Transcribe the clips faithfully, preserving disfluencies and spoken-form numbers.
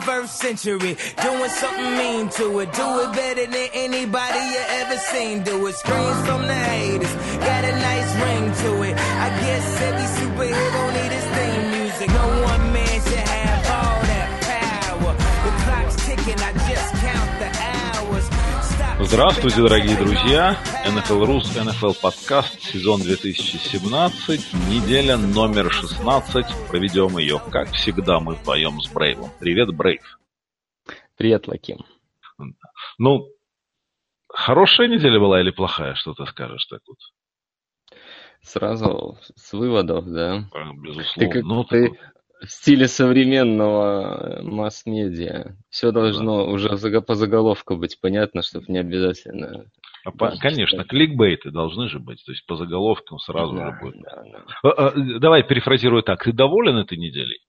twenty-first century, doing something mean to it. Do it better than anybody you ever seen. Do it. Screams from the haters, got a nice ring to it. I guess every superhero need his theme music. No one man should have all that power. The clock's ticking, I just count the hours. Здравствуйте, дорогие друзья! эн эф эл Рус, эн эф эл подкаст, сезон две тысячи семнадцать, неделя номер шестнадцать. Проведем ее, как всегда, мы вдвоем с Брейвом. Привет, Брейв. Привет, Лаким. Ну, хорошая неделя была или плохая? Что ты скажешь так вот? Сразу с выводов, да? Безусловно. Ты, ну, ты в стиле современного масс-медиа. Все должно да. уже по заголовку быть понятно, чтобы не обязательно... А по, конечно, кликбейты должны же быть. То есть по заголовкам сразу да, же будет. Да, да. А, а, давай перефразирую так. Ты доволен этой неделей?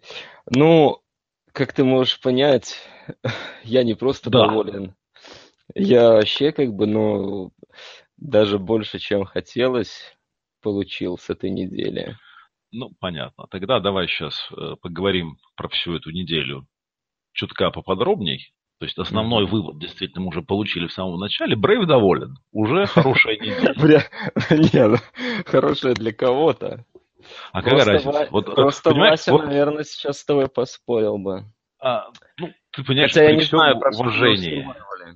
Ну, как ты можешь понять, я не просто да. доволен. Я вообще как бы, ну, даже больше, чем хотелось, получил с этой недели. Ну, понятно. Тогда давай сейчас э, поговорим про всю эту неделю чутка поподробней. То есть основной mm-hmm. вывод действительно мы уже получили в самом начале. Брейв доволен. Уже хорошая неделя. Нет, хорошая для кого-то. А какая разница? Просто Вася, наверное, сейчас с тобой поспорил бы. Ну, ты понимаешь, при всем уважении,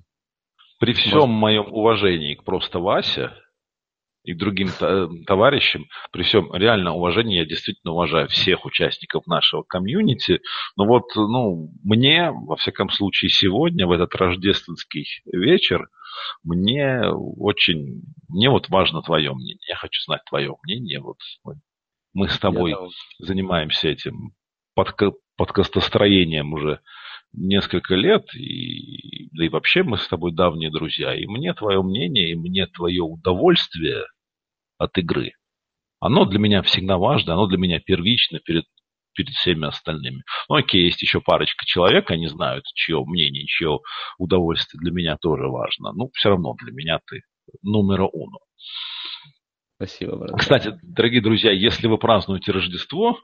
при всем моем уважении к просто Васе и другим товарищам, при всем реально уважении, я действительно уважаю всех участников нашего комьюнити, но вот, ну, мне, во всяком случае, сегодня, в этот рождественский вечер, мне очень, мне вот важно твое мнение, я хочу знать твое мнение, вот мы с тобой занимаемся этим подка- подкастостроением уже несколько лет, и, да и вообще мы с тобой давние друзья, и мне твое мнение, и мне твое удовольствие от игры, оно для меня всегда важно, оно для меня первично перед, перед всеми остальными. Ну окей, есть еще парочка человек, они знают, чье мнение, чье удовольствие для меня тоже важно, но все равно для меня ты номеро уно. Спасибо, брат. Кстати, дорогие друзья, если вы празднуете Рождество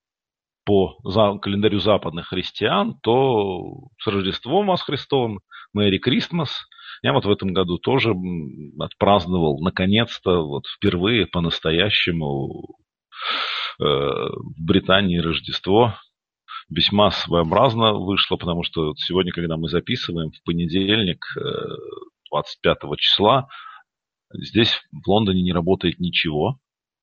по календарю западных христиан, то с Рождеством вас Христовым, Merry Christmas. Я вот в этом году тоже отпраздновал, наконец-то, вот впервые по-настоящему э, в Британии Рождество. Весьма своеобразно вышло, потому что сегодня, когда мы записываем, в понедельник, э, двадцать пятого числа, здесь в Лондоне не работает ничего.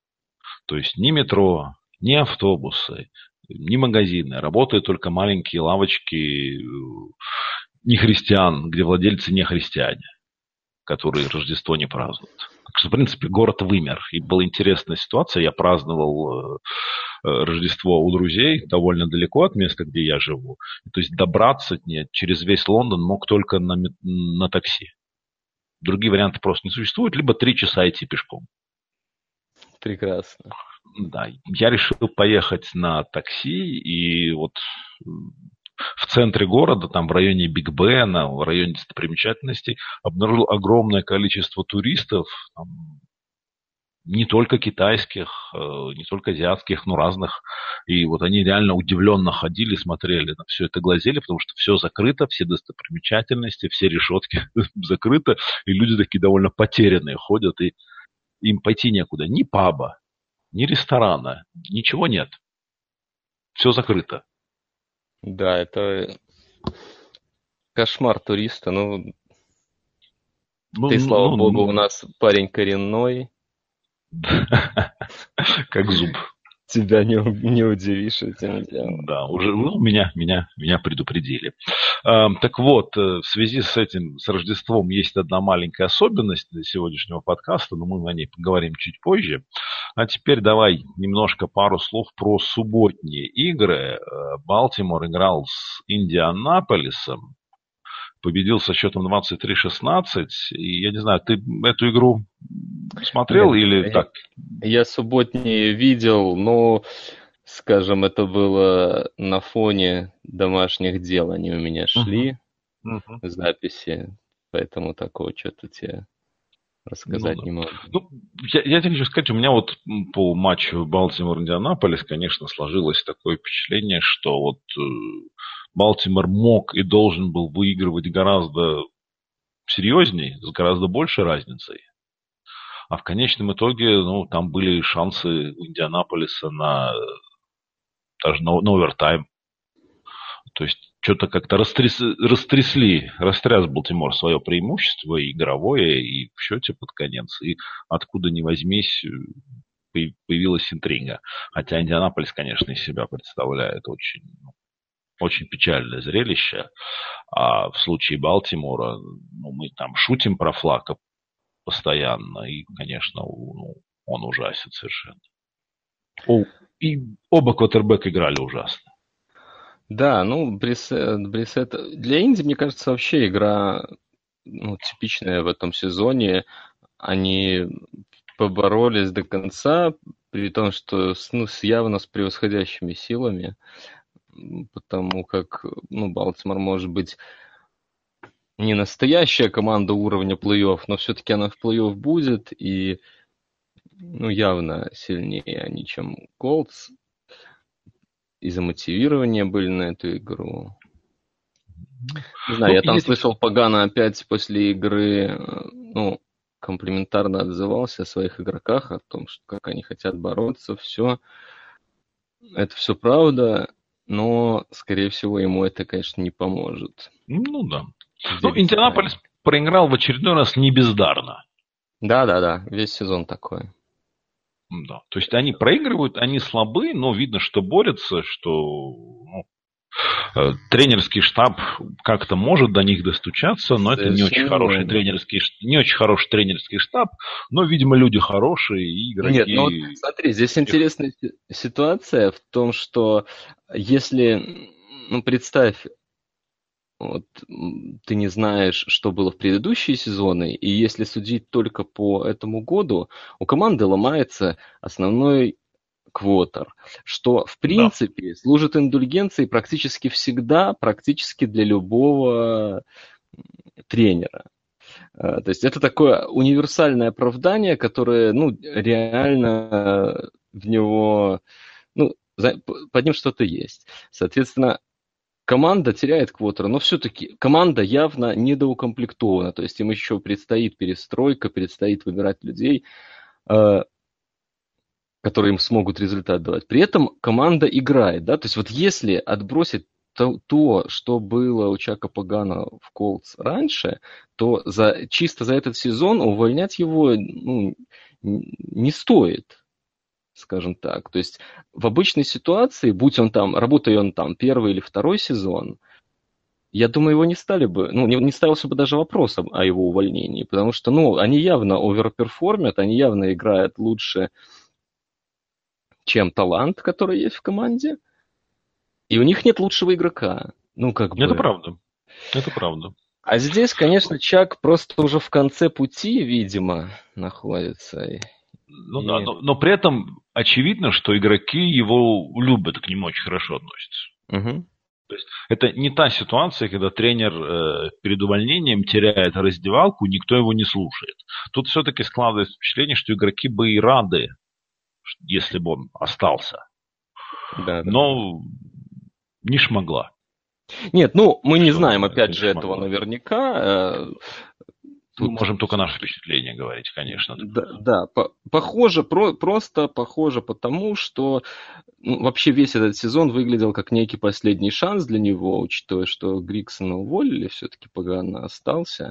То есть ни метро, ни автобусы, ни магазины. Работают только маленькие лавочки нехристиан, где владельцы не христиане, которые Рождество не празднуют. Так что, в принципе, город вымер. И была интересная ситуация. Я праздновал Рождество у друзей довольно далеко от места, где я живу. То есть добраться нет, через весь Лондон мог только на, на такси. Другие варианты просто не существуют. Либо три часа идти пешком. Прекрасно. Да, я решил поехать на такси, и вот в центре города, там в районе Биг Бена, в районе достопримечательностей, обнаружил огромное количество туристов, там, не только китайских, не только азиатских, но разных. И вот они реально удивленно ходили, смотрели на все это, глазели, потому что все закрыто, все достопримечательности, все решетки закрыты, и люди такие довольно потерянные ходят, и им пойти некуда, ни паба, ни ресторана, ничего нет. Все закрыто. Да, это кошмар туриста. Ну, ну ты, слава ну, богу, ну, у нас парень коренной. Как зуб. Тебя не, не удивишь этим делом. Да, уже ну, меня, меня, меня предупредили. А, так вот, в связи с этим, с Рождеством, есть одна маленькая особенность для сегодняшнего подкаста, но мы о ней поговорим чуть позже. А теперь давай немножко пару слов про субботние игры. Балтимор играл с Индианаполисом, победил со счетом двадцать три шестнадцать. И я не знаю, ты эту игру смотрел Нет, или я, так? Я субботние видел, но, скажем, это было на фоне домашних дел. Они у меня шли, uh-huh. Uh-huh. записи, поэтому такого что-то тебе рассказать ну, не могу. Ну, я, я тебе хочу сказать, у меня вот по матчу Балтимор-Индианаполис, конечно, сложилось такое впечатление, что вот Балтимор мог и должен был выигрывать гораздо серьезней, с гораздо большей разницей. А в конечном итоге, ну, там были шансы у Индианаполиса на даже на, на овертайм. То есть что-то как-то растряс, растрясли, растряс Балтимор свое преимущество и игровое, и в счете под конец. И откуда ни возьмись, появилась интрига. Хотя Индианаполис, конечно, из себя представляет очень, очень печальное зрелище. А в случае Балтимора, ну, мы там шутим про Флака постоянно, и, конечно, ну, он ужасен совершенно. О, и оба квотербека играли ужасно. Да, ну, Брисет, Брисет... Для Инди, мне кажется, вообще игра, ну, типичная в этом сезоне. Они поборолись до конца, при том, что ну, с явно с превосходящими силами, потому как, ну, Балтимор может быть не настоящая команда уровня плей-офф, но все-таки она в плей-офф будет, и, ну, явно сильнее они, чем Колтс. И замотивирования были на эту игру. Не знаю, ну, я там есть... слышал, Пагано опять после игры, ну, комплиментарно отзывался о своих игроках, о том, что как они хотят бороться, все. Это все правда, но, скорее всего, ему это, конечно, не поможет. Ну да. Ну, Индианаполис проиграл в очередной раз не бездарно. Да-да-да, весь сезон такой. Да. То есть они проигрывают, они слабы, но видно, что борются, что ну, э, тренерский штаб как-то может до них достучаться, но Совершенно это не очень хороший тренерский, не очень хороший тренерский штаб, но, видимо, люди хорошие и игроки. Нет, ну вот смотри, здесь интересная ситуация в том, что если, ну, представь, вот, ты не знаешь, что было в предыдущие сезоны, и если судить только по этому году, у команды ломается основной квотер, что, в принципе, да. служит индульгенцией практически всегда, практически для любого тренера. То есть это такое универсальное оправдание, которое, ну, реально в него, ну, под ним что-то есть. Соответственно, команда теряет квотера, но все-таки команда явно недоукомплектована. То есть им еще предстоит перестройка, предстоит выбирать людей, э, которые им смогут результат давать. При этом команда играет. Да? То есть вот если отбросить то, то что было у Чака Пагано в Колтс раньше, то за, чисто за этот сезон увольнять его, ну, не стоит. Скажем так. То есть в обычной ситуации, будь он там, работая он там первый или второй сезон, я думаю, его не стали бы, ну, не, не ставился бы даже вопрос о, о его увольнении, потому что, ну, они явно оверперформят, они явно играют лучше, чем талант, который есть в команде, и у них нет лучшего игрока. Ну, как бы. Это правда. Это правда. А здесь, конечно, Чак просто уже в конце пути, видимо, находится. Ну и... да, но, но при этом очевидно, что игроки его любят, к нему очень хорошо относятся. Угу. То есть это не та ситуация, когда тренер э, перед увольнением теряет раздевалку, никто его не слушает. Тут все-таки складывается впечатление, что игроки бы и рады, если бы он остался. Да, да. Но не шмогла. Нет, ну мы не что знаем, опять же, шмогла. Этого наверняка. Тут... Мы можем только наше впечатление говорить, конечно. Да, да по- похоже, про- просто похоже потому, что ну, вообще весь этот сезон выглядел как некий последний шанс для него, учитывая, что Гриксона уволили, все-таки Пагано остался.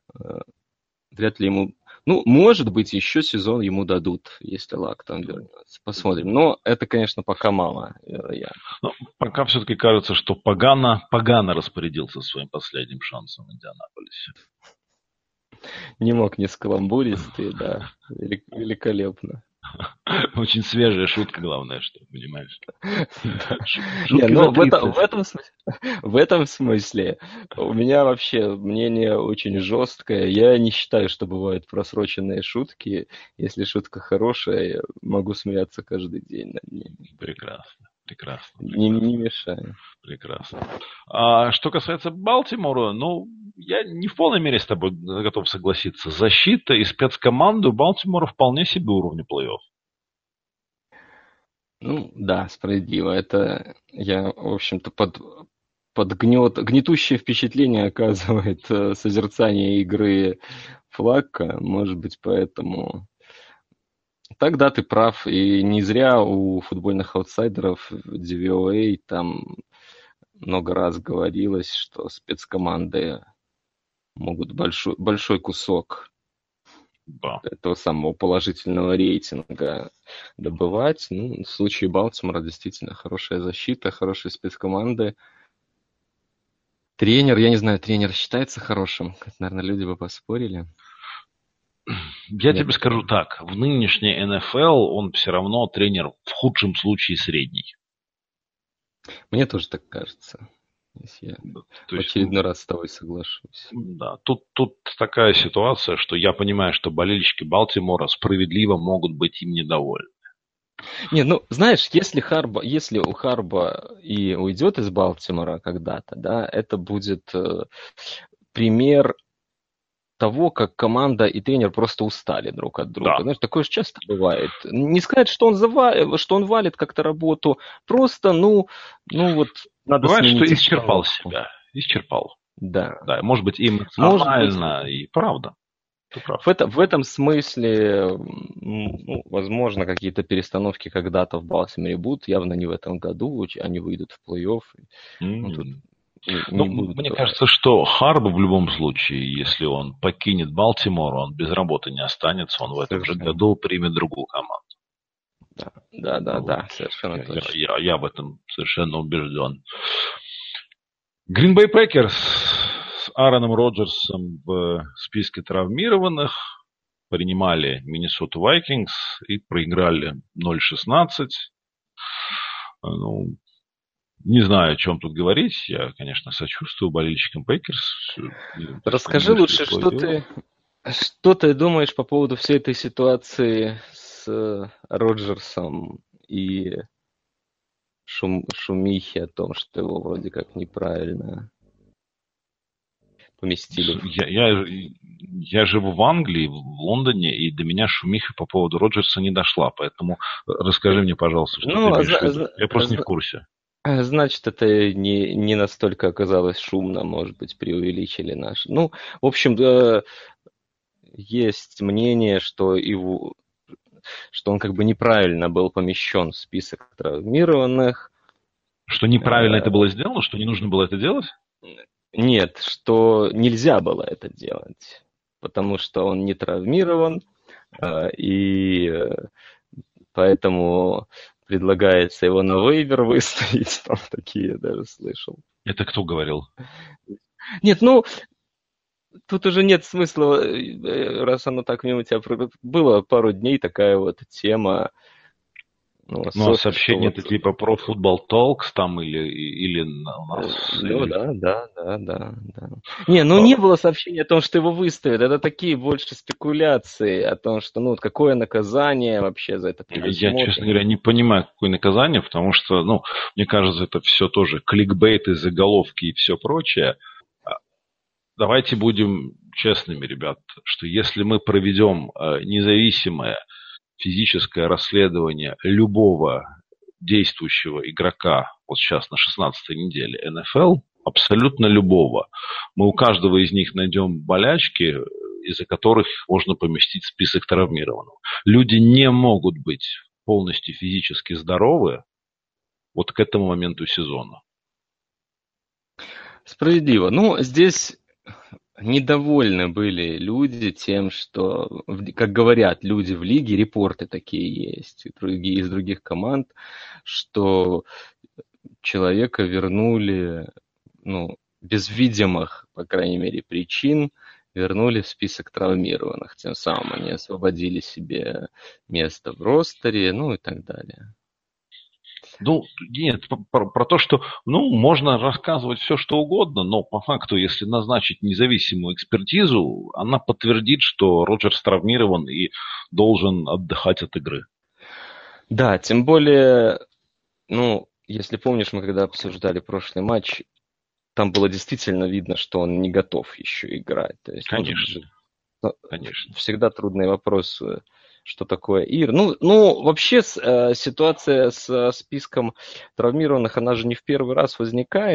Вряд ли ему... Ну, может быть, еще сезон ему дадут, если Лак там вернется. Посмотрим. Но это, конечно, пока мало, вероятно. Но пока все-таки кажется, что Пагано, Пагано распорядился своим последним шансом в Индианаполисе. Не мог не скаламбурить ты, да. Великолепно. Очень свежая шутка, главное, что, понимаешь? Не, ну в этом, в, этом смысле, в этом смысле у меня вообще мнение очень жесткое. Я не считаю, что бывают просроченные шутки. Если шутка хорошая, я могу смеяться каждый день над ней. Прекрасно. Прекрасно. Не, не мешаю. Прекрасно. А что касается Балтимора, ну, я не в полной мере с тобой готов согласиться. Защита и спецкоманды у Балтимора вполне себе уровня плей-офф. Ну, да, справедливо. Это я, в общем-то, под, под гнет, гнетущее впечатление оказывает созерцание игры Флака, может быть, поэтому... Тогда ты прав, и не зря у футбольных аутсайдеров ди ви о эй там много раз говорилось, что спецкоманды могут большой, большой кусок да. этого самого положительного рейтинга добывать. Ну, в случае Балтимора действительно хорошая защита, хорошие спецкоманды. Тренер, я не знаю, тренер считается хорошим? Наверное, люди бы поспорили. Я Нет. тебе скажу так, в нынешней эн эф эл он все равно тренер в худшем случае средний. Мне тоже так кажется. Если я да, в очередной есть, раз с тобой соглашусь. Да, тут, тут такая ситуация, что я понимаю, что болельщики Балтимора справедливо могут быть им недовольны. Не, ну, знаешь, если Харба, если у Харба и уйдет из Балтимора когда-то, да, это будет э, пример того, как команда и тренер просто устали друг от друга. Да. Знаешь, такое же часто бывает. Не сказать, что он, зава... что он валит как-то работу, просто, ну, ну вот, надо бывает, что исчерпал себя. Исчерпал. Да. Да, может быть, эмоционально быть, и правда. В, это, в этом смысле, ну, возможно, какие-то перестановки когда-то в Балтиморе будут, явно не в этом году, они выйдут в плей-офф. Mm-hmm. Ну, тут Ну, мне говорить. кажется, что Харбо в любом случае, если он покинет Балтимор, он без работы не останется, он в этом совершенно. же году примет другую команду. Да, да, да, вот. да совершенно я, точно. Я, я, я в этом совершенно убежден. Green Bay Packers с Аароном Роджерсом в списке травмированных принимали Minnesota Vikings и проиграли ноль шестнадцать. Ну, не знаю, о чем тут говорить. Я, конечно, сочувствую болельщикам Пейкерс. Расскажи лучше, что ты, что ты думаешь по поводу всей этой ситуации с Роджерсом и шум, шумихи о том, что его вроде как неправильно поместили. Я, я, я живу в Англии, в Лондоне, и до меня шумиха по поводу Роджерса не дошла. Поэтому расскажи мне, пожалуйста, что ну, ты имеешь в виду. Я просто не в курсе. Значит, это не, не настолько оказалось шумно, может быть, преувеличили наш. Ну, в общем, да, есть мнение, что его, что он как бы неправильно был помещен в список травмированных. Что неправильно а, это было сделано? Что не нужно было это делать? Нет, что нельзя было это делать, потому что он не травмирован, и поэтому предлагается его на вейвер выставить, там такие я даже слышал. Это кто говорил? Нет, ну, тут уже нет смысла, раз оно так мимо тебя... Было пару дней такая вот тема. Ну, ну а сообщения это вот... типа про Football Talks там или, или у нас... Ну или... да, да, да, да, да. Не, ну а... не было сообщения о том, что его выставят. Это такие больше спекуляции о том, что ну какое наказание вообще за это предусмотрено. Я, честно говоря, не понимаю, какое наказание, потому что, ну, мне кажется, это все тоже кликбейты, заголовки и все прочее. Давайте будем честными, ребят, что если мы проведем независимое физическое расследование любого действующего игрока, вот сейчас на шестнадцатой неделе эн эф эл, абсолютно любого, мы у каждого из них найдем болячки, из-за которых можно поместить в список травмированных. Люди не могут быть полностью физически здоровы вот к этому моменту сезона. Справедливо. Ну, здесь... Недовольны были люди тем, что, как говорят люди в лиге, репорты такие есть, и другие из других команд, что человека вернули, ну, без видимых, по крайней мере, причин, вернули в список травмированных. Тем самым они освободили себе место в ростере, ну и так далее. Ну, нет, про, про то, что, ну, можно рассказывать все, что угодно, но по факту, если назначить независимую экспертизу, она подтвердит, что Роджерс травмирован и должен отдыхать от игры. Да, тем более, ну, если помнишь, мы когда обсуждали прошлый матч, там было действительно видно, что он не готов еще играть. То есть, конечно, ну, конечно. Всегда трудный вопрос, что такое ИР. Ну, ну вообще э, ситуация с э, списком травмированных, она же не в первый раз возникает.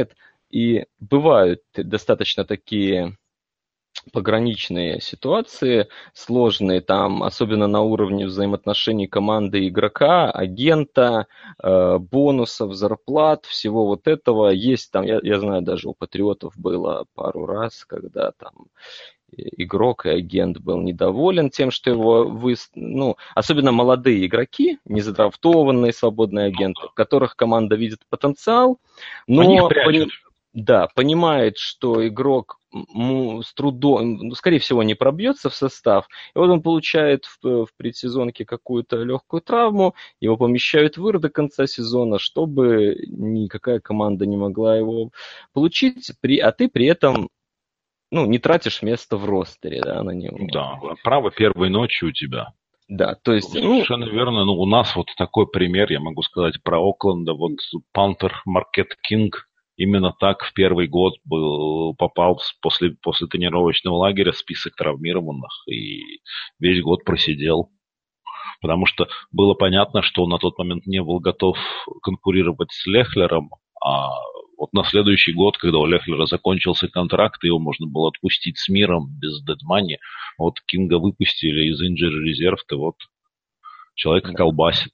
И бывают достаточно такие пограничные ситуации, сложные, там, особенно на уровне взаимоотношений команды и игрока, агента, э, бонусов, зарплат, всего вот этого. Есть там, я, я знаю, даже у Патриотов было пару раз, когда там игрок и агент был недоволен тем, что его вы... ну, особенно молодые игроки, незадрафтованные свободные агенты, в которых команда видит потенциал, но пони... да, понимает, что игрок с трудом, ну, скорее всего, не пробьется в состав, и вот он получает в, в предсезонке какую-то легкую травму, его помещают в ИР до конца сезона, чтобы никакая команда не могла его получить, при... а ты при этом ну, не тратишь место в ростере, да, на него. Да, право первой ночи у тебя. Да, то есть... Совершенно ну... верно. Ну, у нас вот такой пример, я могу сказать, про Окленда. Вот Пантер Маркет Кинг именно так в первый год был, попал после, после тренировочного лагеря в список травмированных и весь год просидел. Потому что было понятно, что он на тот момент не был готов конкурировать с Лехлером, а вот на следующий год, когда у Лехлера закончился контракт, его можно было отпустить с миром, без дедмани. Вот Кинга выпустили из инджери резерв, и вот человек да. колбасит.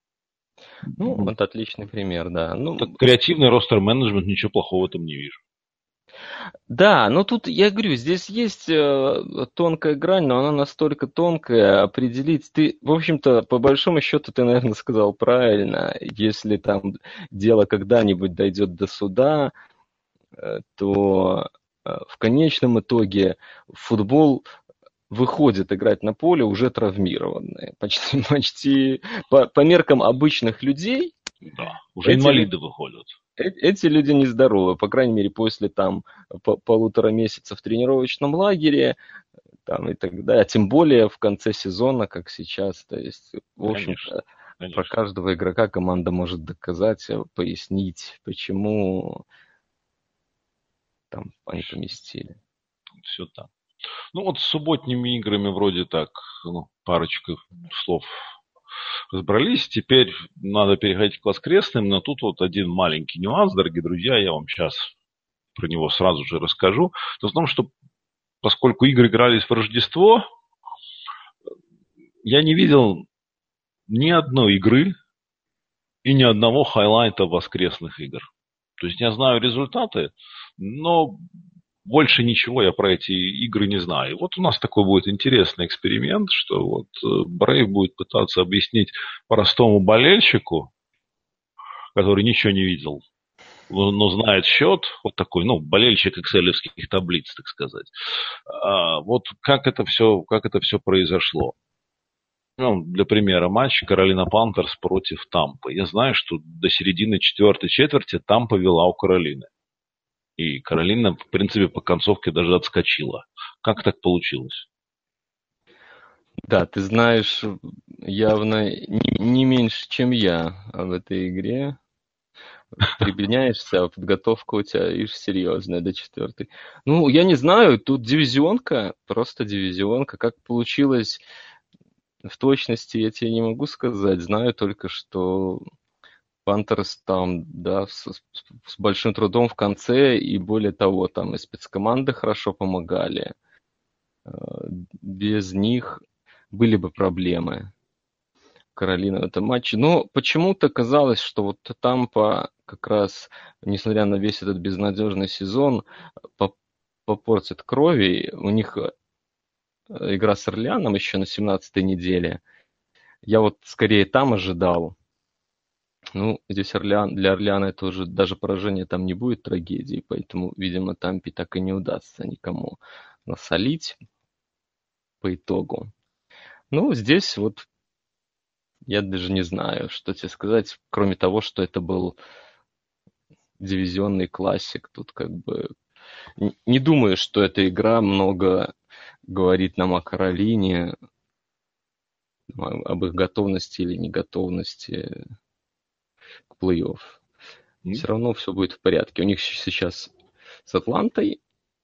Ну, вот отличный пример, да. Ну, так, креативный ростер-менеджмент, ничего плохого в этом не вижу. Да, но тут, я говорю, здесь есть э, тонкая грань, но она настолько тонкая, определить ты, в общем-то, по большому счету, ты, наверное, сказал правильно, если там дело когда-нибудь дойдет до суда, э, то э, в конечном итоге футбол выходит играть на поле уже травмированные, почти, почти по, по меркам обычных людей. Да, уже эти, инвалиды выходят. Эти люди нездоровы, по крайней мере, после там по, полутора месяцев в тренировочном лагере там, и так далее. А тем более в конце сезона, как сейчас. То есть, в общем-то, про каждого игрока команда может доказать, пояснить, почему там они поместили. Все так. Ну вот с субботними играми вроде так, ну, парочка слов разобрались. Теперь надо переходить к воскресным, но тут вот один маленький нюанс, дорогие друзья, я вам сейчас про него сразу же расскажу. То в том, что поскольку игры игрались в Рождество, я не видел ни одной игры и ни одного хайлайта воскресных игр. То есть я знаю результаты, но больше ничего я про эти игры не знаю. И вот у нас такой будет интересный эксперимент, что вот Брейв будет пытаться объяснить простому болельщику, который ничего не видел, но знает счет, вот такой, ну, болельщик экселевских таблиц, так сказать. А вот как это все, как это все произошло. Ну, для примера, матч Каролина Пантерс против Тампы. Я знаю, что до середины четвертой четверти Тампа вела у Каролины. И Каролина, в принципе, по концовке даже отскочила. Как так получилось? Да, ты знаешь явно не, не меньше, чем я в этой игре. Прибедняешься, а подготовка у тебя, видишь, серьезная до четвертой. Ну, я не знаю, тут дивизионка, просто дивизионка. Как получилось в точности, я тебе не могу сказать. Знаю только, что Пантерс там, да, с, с большим трудом в конце, и более того, там и спецкоманды хорошо помогали. Без них были бы проблемы Каролина в этом матче. Но почему-то казалось, что вот Тампа как раз, несмотря на весь этот безнадежный сезон, попортит крови. У них игра с Орлеаном еще на семнадцатой неделе. Я вот скорее там ожидал. Ну, здесь Орлеан, для Орлеана это уже даже поражение там не будет трагедии, поэтому, видимо, Тампе так и не удастся никому насолить по итогу. Ну, здесь вот я даже не знаю, что тебе сказать, кроме того, что это был дивизионный классик. Тут как бы не думаю, что эта игра много говорит нам о Каролине, об их готовности или неготовности к плей-офф. Mm-hmm. Все равно все будет в порядке. У них сейчас с Атлантой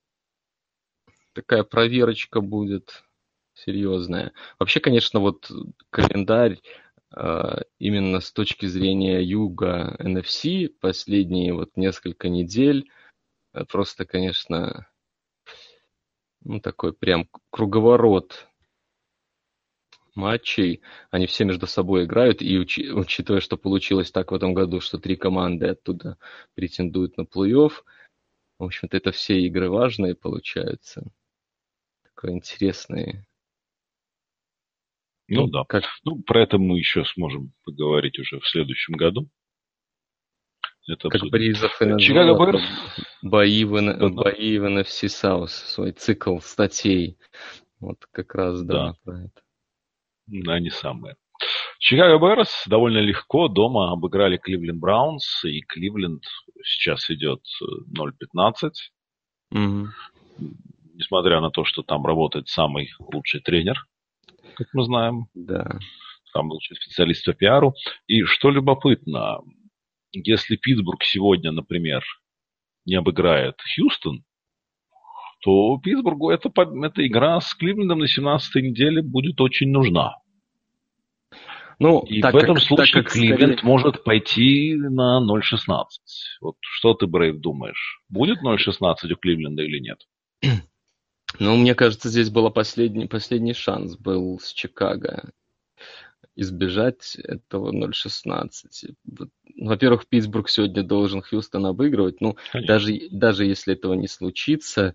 такая проверочка будет серьезная. Вообще, конечно, вот календарь э, именно с точки зрения юга эн эф си последние вот несколько недель просто, конечно, ну, такой прям круговорот матчей. Они все между собой играют, и учи- учитывая, что получилось так в этом году, что три команды оттуда претендуют на плей-офф, в общем-то, это все игры важные получаются. Такое интересное. Ну, ну да. Как... Ну, про это мы еще сможем поговорить уже в следующем году. Это как Борисов и назвал, бои в, да, бои в эн эф си South, свой цикл статей. Вот как раз, да, да. про это. Да, они самые. Чикаго Берс довольно легко дома обыграли Кливленд Браунс, и Кливленд сейчас идет ноль пятнадцать. Mm-hmm. Несмотря на то, что там работает самый лучший тренер, как мы знаем. Да. Самый лучший специалист по пиару. И что любопытно, если Питтсбург сегодня, например, не обыграет Хьюстон, то Питтсбургу эта, эта игра с Кливлендом на семнадцатой неделе будет очень нужна. Ну, и так в этом как, случае так Кливленд скорее... может пойти на ноль шестнадцать. Вот что ты, Брейв, думаешь? Будет ноль шестнадцать у Кливленда или нет? Ну, мне кажется, здесь был последний, последний шанс был с Чикаго избежать этого ноль шестнадцать. Во-первых, Питтсбург сегодня должен Хьюстон обыгрывать. Ну, даже, даже если этого не случится,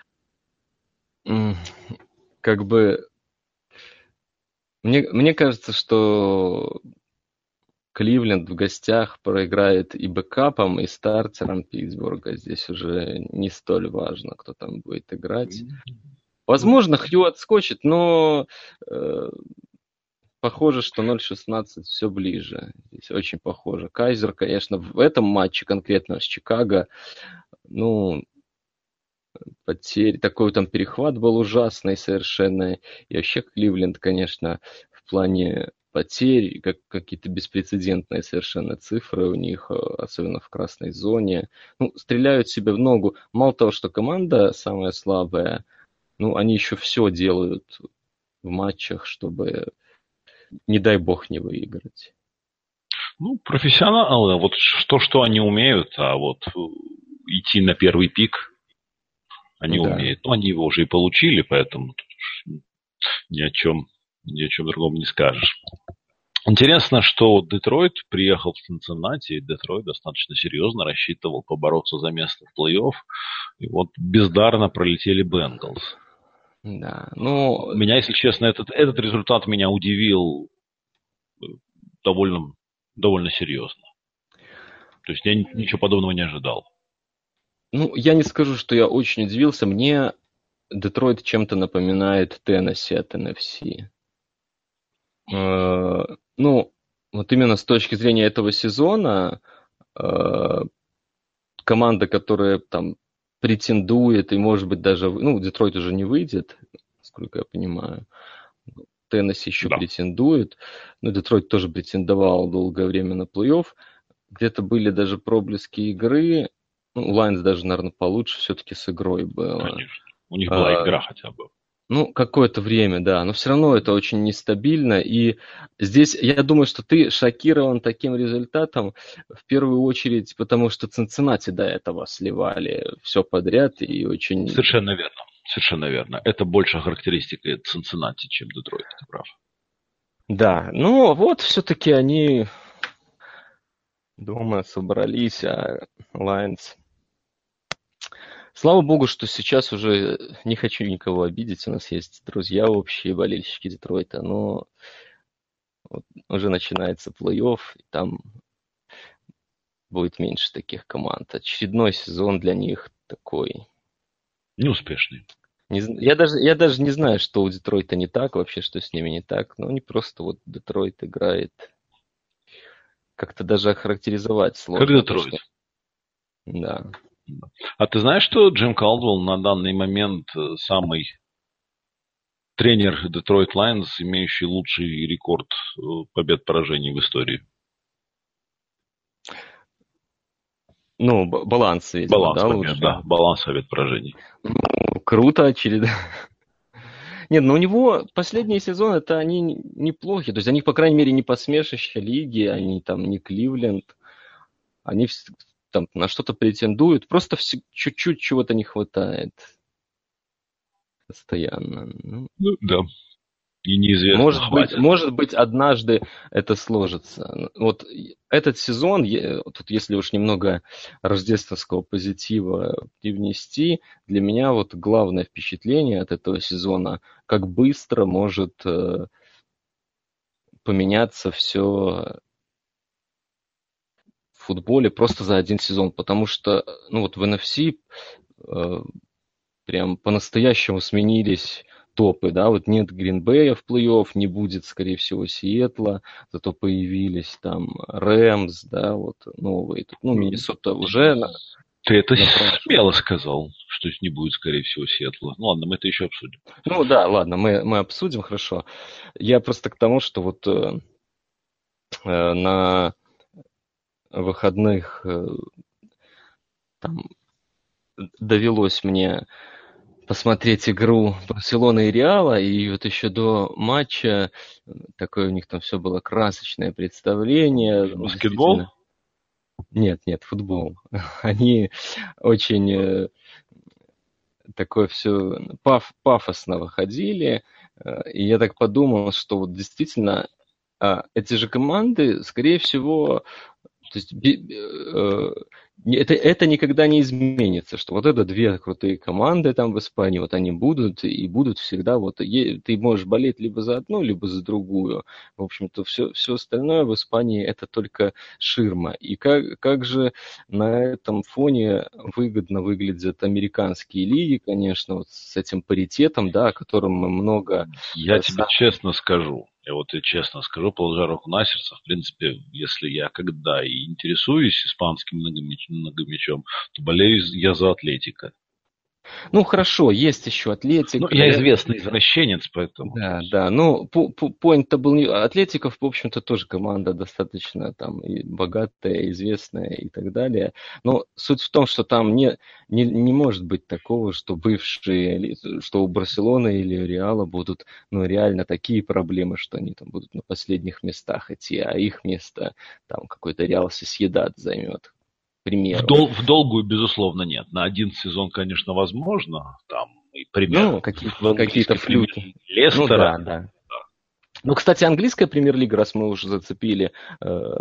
как бы... Мне, мне кажется, что Кливленд в гостях проиграет и бэкапом, и стартером Питтсбурга. Здесь уже не столь важно, кто там будет играть. Возможно, Хью отскочит, но э, похоже, что ноль шестнадцать все ближе. Здесь очень похоже. Кайзер, конечно, в этом матче конкретно с Чикаго, ну, потерь, такой там перехват был ужасный совершенно. И вообще Кливленд, конечно, в плане потерь, как какие-то беспрецедентные совершенно цифры у них, особенно в красной зоне. Ну, стреляют себе в ногу. Мало того, что команда самая слабая, ну, они еще все делают в матчах, чтобы, не дай бог, не выиграть. Ну, профессионалы, вот то, что они умеют, а вот идти на первый пик они да. умеют. Ну, они его уже и получили, поэтому ни о чем, ни о чем другом не скажешь. Интересно, что Детройт приехал в Цинциннати, и Детройт достаточно серьезно рассчитывал побороться за место в плей-офф. И вот бездарно пролетели Бенгалс. Да, ну... Меня, если честно, этот, этот результат меня удивил довольно, довольно серьезно. То есть я ничего подобного не ожидал. Ну, я не скажу, что я очень удивился. Мне Детройт чем-то напоминает Теннесси от эн эф си. Э, ну, вот именно с точки зрения этого сезона, э, команда, которая там претендует и, может быть, даже... Ну, Детройт уже не выйдет, насколько я понимаю. Теннесси еще да. претендует. Но Детройт тоже претендовал долгое время на плей-офф. Где-то были даже проблески игры. Ну, Лайнс даже, наверное, получше все-таки с игрой было. Конечно. У них была а, игра хотя бы. Ну, какое-то время, да. Но все равно это очень нестабильно. И здесь, я думаю, что ты шокирован таким результатом в первую очередь, потому что Цинциннати до этого сливали все подряд и очень... Совершенно верно. Совершенно верно. Это больше характеристика Цинциннати, чем Детройт, ты прав. Да, ну вот все-таки они дома собрались, а Лайнс... Слава богу, что сейчас уже не хочу никого обидеть. У нас есть друзья общие, болельщики Детройта, но вот уже начинается плей-офф, и там будет меньше таких команд. Очередной сезон для них такой... Неуспешный. Не, я, даже, я даже не знаю, что у Детройта не так вообще, что с ними не так. Но они просто вот Детройт играет... Как-то даже охарактеризовать сложно. Как Детройт. Что... Да. А ты знаешь, что Джим Калдвелл на данный момент самый тренер Детройт Лайонс, имеющий лучший рекорд побед-поражений в истории? Ну, баланс, видимо, баланс да, побед, лучше? Да, баланс побед-поражений. Ну, круто, очередно. Нет, но у него последние сезоны, это они неплохи. То есть они, по крайней мере, не посмешище лиги, они там не Кливленд. Они там на что-то претендуют, просто все, чуть-чуть чего-то не хватает. Постоянно. Ну, ну да. И неизвестно, может хватит. быть, может быть, однажды это сложится. Вот этот сезон, тут если уж немного рождественского позитива привнести, для меня вот главное впечатление от этого сезона, как быстро может э, поменяться все в футболе просто за один сезон. Потому что ну вот в эн эф си э, прям по-настоящему сменились топы, да, вот нет Гринбея в плей-офф, не будет, скорее всего, Сиэтла, зато появились там Рэмс, да, вот новые, ну, Миннесота уже... Ты это смело сказал, что не будет, скорее всего, Сиэтла. Ну, ладно, мы это еще обсудим. Ну, да, ладно, мы, мы обсудим, хорошо. Я просто к тому, что вот э, э, на выходных э, там довелось мне посмотреть игру Барселоны и Реала, и вот еще до матча такое у них там все было красочное представление. Баскетбол? Нет, нет, футбол. Они очень такое все паф, пафосно выходили, и я так подумал, что вот действительно эти же команды, скорее всего, то есть это, это никогда не изменится, что вот это две крутые команды там в Испании, вот они будут и будут всегда, вот ты можешь болеть либо за одну, либо за другую. В общем-то, все, все остальное в Испании это только ширма. И как, как же на этом фоне выгодно выглядят американские лиги, конечно, вот с этим паритетом, да, о котором мы много... Я тебе честно скажу, я вот и честно скажу, положа руку на сердце, в принципе, если я когда и интересуюсь испанским многомячом, многомячом то болею я за Атлетико. Ну, хорошо, есть еще Атлетик. Ну, я известный извращенец, поэтому... Да, да, ну, поинт-то был... не Атлетиков, в общем-то, тоже команда достаточно там и богатая, известная и так далее. Но суть в том, что там не, не, не может быть такого, что бывшие, что у Барселоны или Реала будут, ну, реально такие проблемы, что они там будут на последних местах идти, а их место там какой-то Реал Сосьедад займет. В, дол, в долгую, безусловно, нет. На один сезон, конечно, возможно. Там и примерно. Ну, какие-то, какие-то флюки. Лестера. Ну, да, да. Ну, кстати, английская премьер-лига, раз мы уже зацепили э,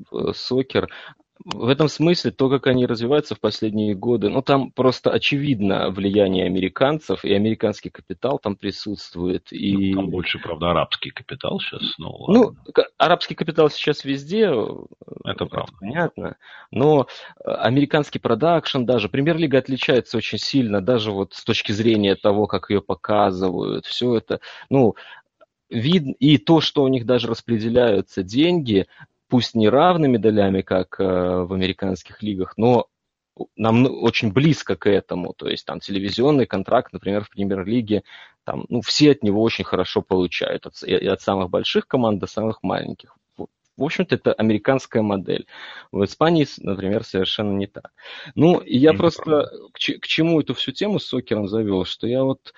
сокер, в этом смысле то, как они развиваются в последние годы, ну, там просто очевидно влияние американцев, и американский капитал там присутствует. И... Ну, там больше, правда, арабский капитал сейчас. Ну, ну, арабский капитал сейчас везде. Это правда. Понятно. Но американский продакшн даже, премьер-лига отличается очень сильно, даже вот с точки зрения того, как ее показывают, все это, ну, вид, и то, что у них даже распределяются деньги, пусть не равными долями, как э, в американских лигах, но нам очень близко к этому. То есть там телевизионный контракт, например, в премьер-лиге, там, ну, все от него очень хорошо получают, от, и от самых больших команд до самых маленьких. В общем-то, это американская модель. В Испании, например, совершенно не так. Ну, и я mm-hmm. просто к, к чему эту всю тему с сокером завел, что я вот...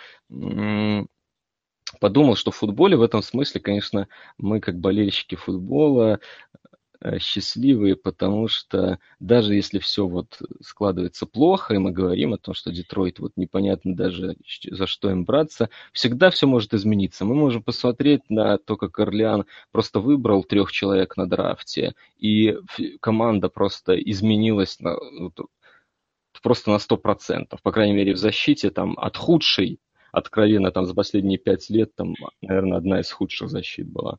М- подумал, что в футболе в этом смысле, конечно, мы как болельщики футбола счастливые, потому что даже если все вот складывается плохо, и мы говорим о том, что Детройт вот непонятно даже за что им браться, всегда все может измениться. Мы можем посмотреть на то, как Орлеан просто выбрал трех человек на драфте, и команда просто изменилась на, просто на сто процентов, по крайней мере в защите, там от худшей, откровенно, там за последние пять лет, там, наверное, одна из худших защит была.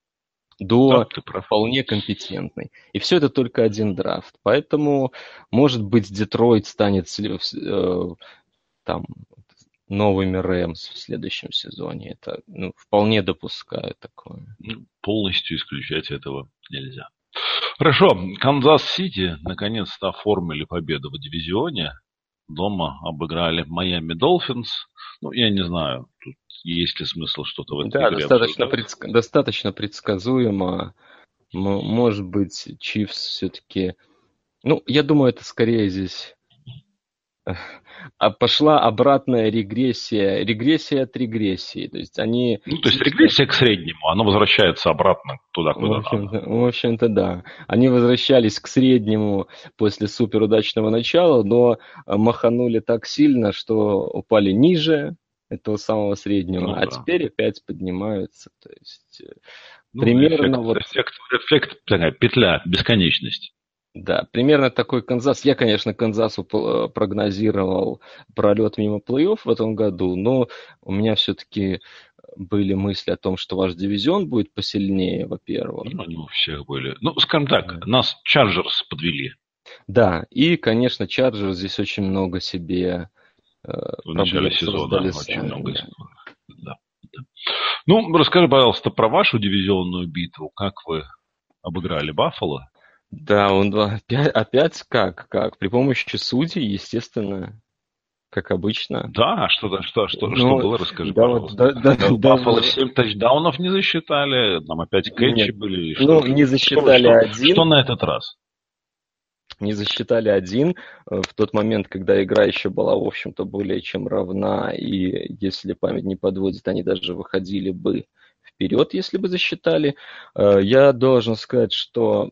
До да, вполне компетентной. И все это только один драфт. Поэтому, может быть, Детройт станет э, там, новыми Рэмс в следующем сезоне. Это ну, вполне допускаю такое. Полностью исключать этого нельзя. Хорошо. Канзас-Сити наконец-то оформили победу в дивизионе. Дома обыграли Майами Долфинс. Ну, я не знаю, тут есть ли смысл что-то в этой да, игре достаточно, предск... достаточно предсказуемо. Может быть, Чифс все-таки... Ну, я думаю, это скорее здесь а пошла обратная регрессия, регрессия от регрессии. То есть они... Ну, то есть регрессия к среднему, оно возвращается обратно туда, куда в общем-то, надо. в общем-то, да. Они возвращались к среднему после суперудачного начала, но маханули так сильно, что упали ниже этого самого среднего, ну, а да. Теперь опять поднимаются. То есть ну, примерно эффект, вот... Эффект, эффект, такая петля, бесконечность. Да, примерно такой Канзас. Я, конечно, Канзасу прогнозировал пролет мимо плей-офф в этом году, но у меня все-таки были мысли о том, что ваш дивизион будет посильнее, во-первых. Ну, они у всех были. Ну, скажем так, да. Нас Чарджерс подвели. Да, и, конечно, Чарджерс здесь очень много себе э, в начале сезона очень сами, много. Да. Да, да. Ну, расскажи, пожалуйста, про вашу дивизионную битву. Как вы обыграли Баффало? Да, он опять, опять как? Как? При помощи судей, естественно, как обычно. Да, что, что, что, Но, что было, расскажи, да, пожалуйста. Да, да, да, Баффало да, семь тачдаунов не засчитали, там опять кэтчи были. Ну, что, не засчитали что, один. Что на этот раз? Не засчитали один в тот момент, когда игра еще была, в общем-то, более чем равна, и если память не подводит, они даже выходили бы вперед, если бы засчитали. Я должен сказать, что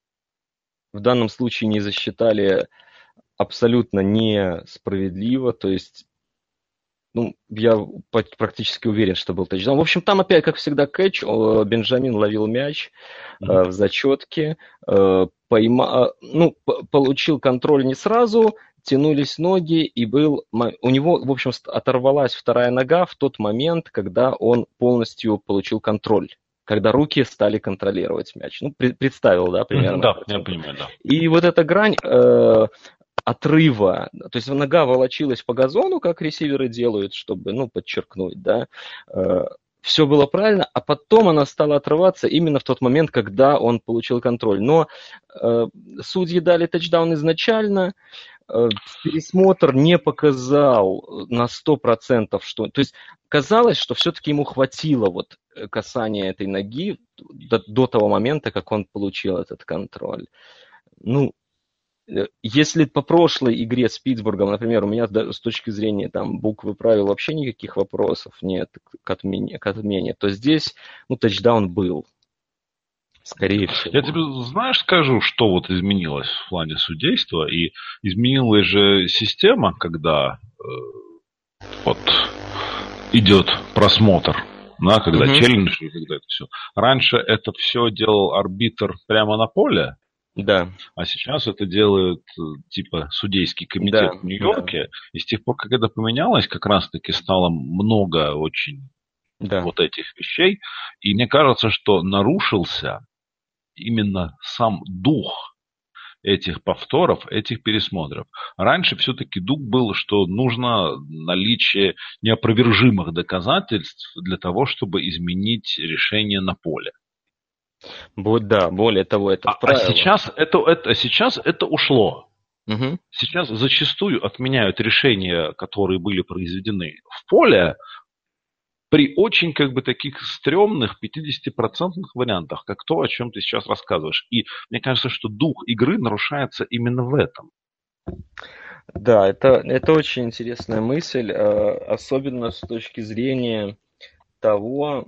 в данном случае не засчитали абсолютно несправедливо, то есть ну, я практически уверен, что был тачдаун. В общем, там опять, как всегда, кэтч. Бенджамин ловил мяч mm-hmm. в зачетке, пойма... ну, получил контроль не сразу, тянулись ноги, и был... у него, в общем, оторвалась вторая нога в тот момент, когда он полностью получил контроль. Когда руки стали контролировать мяч. Ну, представил, да, примерно. Да, я понимаю, да. И вот эта грань э, отрыва, то есть нога волочилась по газону, как ресиверы делают, чтобы, ну, подчеркнуть, да, э, все было правильно, а потом она стала отрываться именно в тот момент, когда он получил контроль. Но э, судьи дали тачдаун изначально, э, пересмотр не показал на сто процентов, что... То есть казалось, что все-таки ему хватило вот касания этой ноги до, до того момента, как он получил этот контроль. Ну, если по прошлой игре с Питтсбургом, например, у меня с точки зрения там, буквы правил вообще никаких вопросов нет к отмене, к отмене, то здесь ну, тачдаун был. Скорее всего. Я тебе, знаешь, скажу, что вот изменилось в плане судейства. И изменилась же система, когда э, вот идет просмотр, да, когда uh-huh. челлендж, когда это все. Раньше это все делал арбитр прямо на поле. Да. А сейчас это делают типа судейский комитет да, в Нью-Йорке. Да. И с тех пор, как это поменялось, как раз-таки стало много очень да. вот этих вещей. И мне кажется, что нарушился именно сам дух этих повторов, этих пересмотров. Раньше все-таки дух был, что нужно наличие неопровержимых доказательств для того, чтобы изменить решение на поле. Да, более того, это а, а сейчас это, это, сейчас это ушло. Угу. Сейчас зачастую отменяют решения, которые были произведены в поле, при очень как бы таких стрёмных пятидесятипроцентных вариантах, как то, о чем ты сейчас рассказываешь. И мне кажется, что дух игры нарушается именно в этом. Да, это, это очень интересная мысль, особенно с точки зрения того,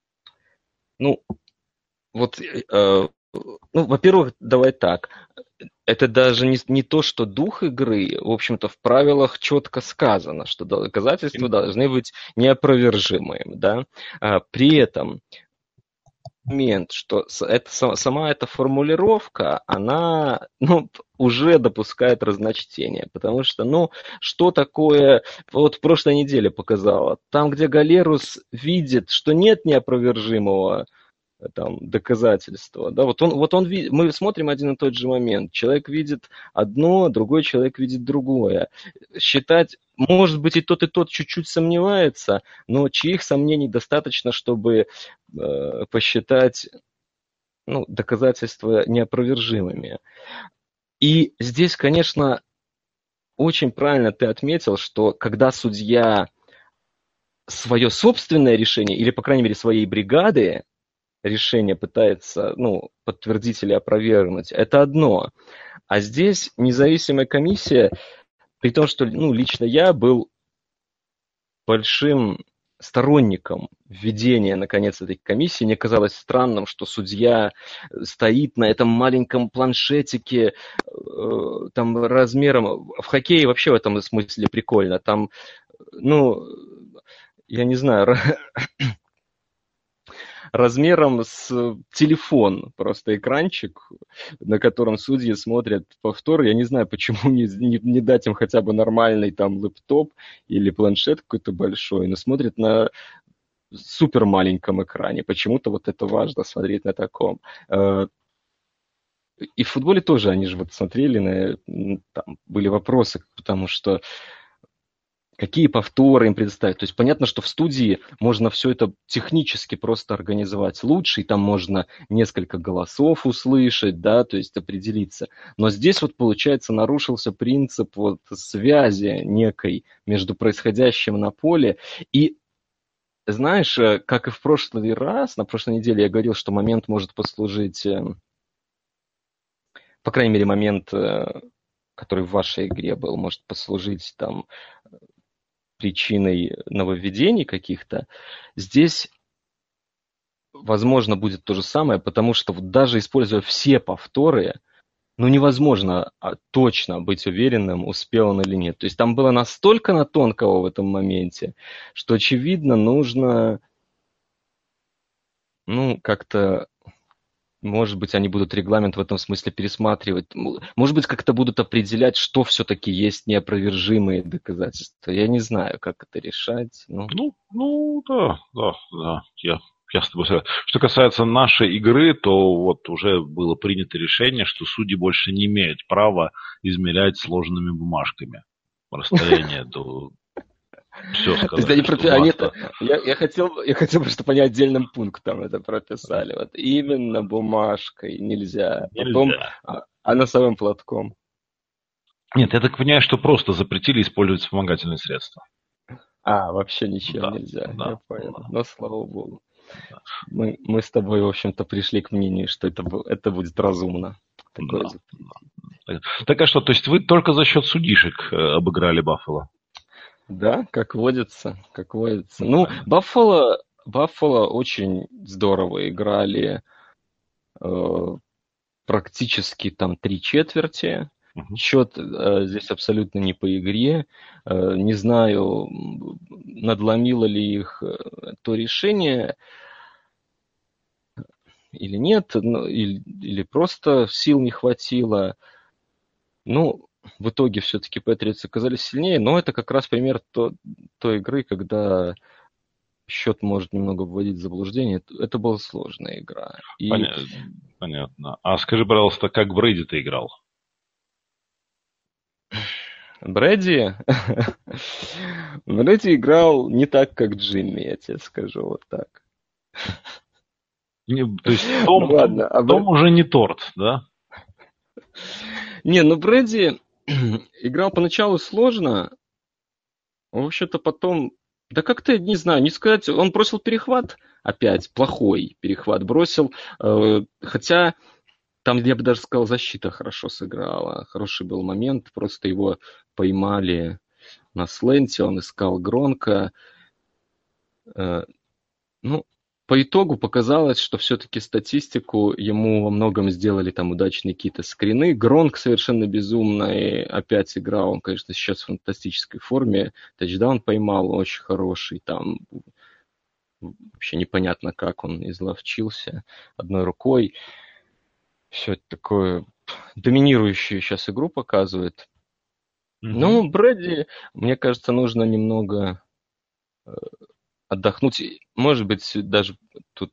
ну, вот, э, ну, во-первых, давай так, это даже не, не то, что дух игры, в общем-то, в правилах четко сказано, что доказательства должны быть неопровержимыми, да, а, при этом момент, что это, сама эта формулировка, она, ну, уже допускает разночтение, потому что, ну, что такое, вот в прошлой неделе показала, там, где Галерус видит, что нет неопровержимого там, доказательства, да, вот он, вот он видит, мы смотрим один и тот же момент, человек видит одно, другой человек видит другое, считать, может быть, и тот, и тот чуть-чуть сомневается, но чьих сомнений достаточно, чтобы э, посчитать, ну, доказательства неопровержимыми. И здесь, конечно, очень правильно ты отметил, что когда судья свое собственное решение, или, по крайней мере, своей бригады, решение пытается, ну, подтвердить или опровергнуть, это одно. А здесь независимая комиссия При том, что ну, лично я был большим сторонником введения, наконец, этой комиссии. Мне казалось странным, что судья стоит на этом маленьком планшетике, э, там размером... В хоккее вообще в этом смысле прикольно. Там, ну, я не знаю, размером с телефон, просто экранчик, на котором судьи смотрят повтор. Я не знаю, почему не, не, не дать им хотя бы нормальный там лэптоп или планшет какой-то большой, но смотрят на супер маленьком экране. Почему-то вот это важно смотреть на таком. И в футболе тоже они же вот смотрели, на, там были вопросы, потому что какие повторы им предоставить. То есть понятно, что в студии можно все это технически просто организовать лучше, и там можно несколько голосов услышать, да, то есть определиться. Но здесь вот, получается, нарушился принцип вот связи некой между происходящим на поле. И знаешь, как и в прошлый раз, на прошлой неделе я говорил, что момент может послужить, по крайней мере, момент, который в вашей игре был, может послужить там причиной нововведений каких-то, здесь, возможно, будет то же самое, потому что вот даже используя все повторы, ну, невозможно точно быть уверенным, успел он или нет. То есть там было настолько на тонкого в этом моменте, что, очевидно, нужно, ну, как-то... Может быть, они будут регламент в этом смысле пересматривать. Может быть, как-то будут определять, что все-таки есть неопровержимые доказательства. Я не знаю, как это решать. Ну, ну, ну да, да, да. Я, я с тобой согласен. Что касается нашей игры, то вот уже было принято решение, что судьи больше не имеют права измерять сложными бумажками расстояние до... Все сказали, они пропи... они это... я, я, хотел, я хотел бы, чтобы они отдельным пунктом это прописали. Вот именно бумажкой нельзя. нельзя. Потом а, а носовым платком. Нет, я так понимаю, что просто запретили использовать вспомогательные средства. А, вообще ничем да, нельзя. Да, я понял. Да. Но слава богу. Да. Мы, мы с тобой, в общем-то, пришли к мнению, что это, это будет разумно. Да, да. Так а что, то есть вы только за счет судишек обыграли Баффало? Да, как водится, как водится. Ну, Баффало, Баффало очень здорово играли э, практически там три четверти. Uh-huh. Счет э, здесь абсолютно не по игре. Э, не знаю, надломило ли их то решение или нет, ну, или, или просто сил не хватило. Ну, в итоге все-таки Патриотс оказались сильнее, но это как раз пример то, той игры, когда счет может немного вводить в заблуждение. Это, это была сложная игра. И... Понятно. Понятно. А скажи, пожалуйста, как Брэди ты играл? Брэди? Брэди играл не так, как Джимми, я тебе скажу вот так. Не, то есть Том, ну, ладно, а Том Брэд... уже не торт, да? Не, ну Брэди играл поначалу сложно, в общем-то потом, да как-то, не знаю, не сказать, он бросил перехват опять, плохой перехват бросил, э, хотя там, я бы даже сказал, защита хорошо сыграла, хороший был момент, просто его поймали на сленте, он искал Гронка, э, ну, по итогу показалось, что все-таки статистику ему во многом сделали там удачные какие-то скрины. Гронк совершенно безумный опять играл. Он, конечно, сейчас в фантастической форме. Тачдаун поймал очень хороший. Там вообще непонятно, как он изловчился одной рукой. Все это такое доминирующую сейчас игру показывает. Mm-hmm. Ну, Брэди, мне кажется, нужно немного... отдохнуть. Может быть, даже тут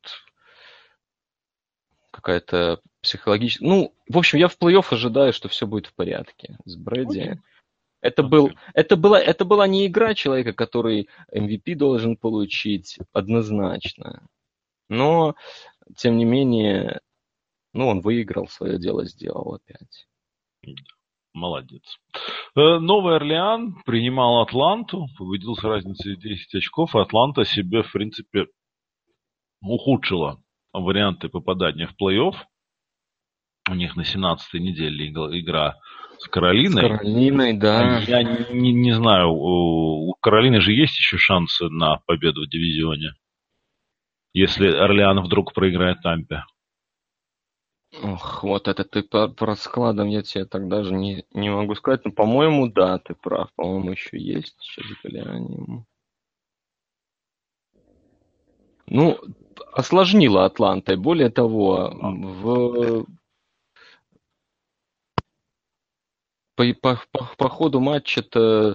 какая-то психологическая... Ну, в общем, я в плей-офф ожидаю, что все будет в порядке с Брэди. Okay. Это, okay. Был, это, была, это была не игра человека, который эм ви пи должен получить однозначно. Но, тем не менее, ну, он выиграл, свое дело сделал опять. Молодец. Новый Орлеан принимал Атланту, победил с разницей десять очков, и Атланта себе, в принципе, ухудшила варианты попадания в плей-офф. У них на семнадцатой неделе игра С Каролиной? С Каролиной, да. А я не, не знаю, у Каролины же есть еще шансы на победу в дивизионе, если Орлеан вдруг проиграет Тампе. Ох, вот это ты по, по раскладам я тебе так даже не, не могу сказать. Но, по-моему, да, ты прав. По-моему, еще есть. Сейчас глянем. Ну, осложнила Атланта. Более того, в... по, по, по, по ходу матча-то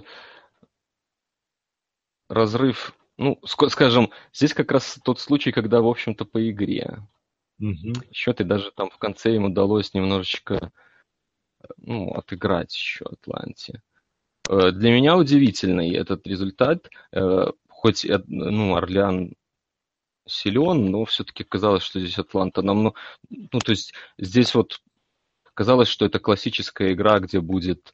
разрыв... Ну, скажем, здесь как раз тот случай, когда, в общем-то, по игре. Угу. Счет, и даже там в конце им удалось немножечко ну, отыграть еще Атланте. Для меня удивительный этот результат. Хоть ну, Орлеан силен, но все-таки казалось, что здесь Атланта намного... Ну, то есть здесь вот казалось, что это классическая игра, где будет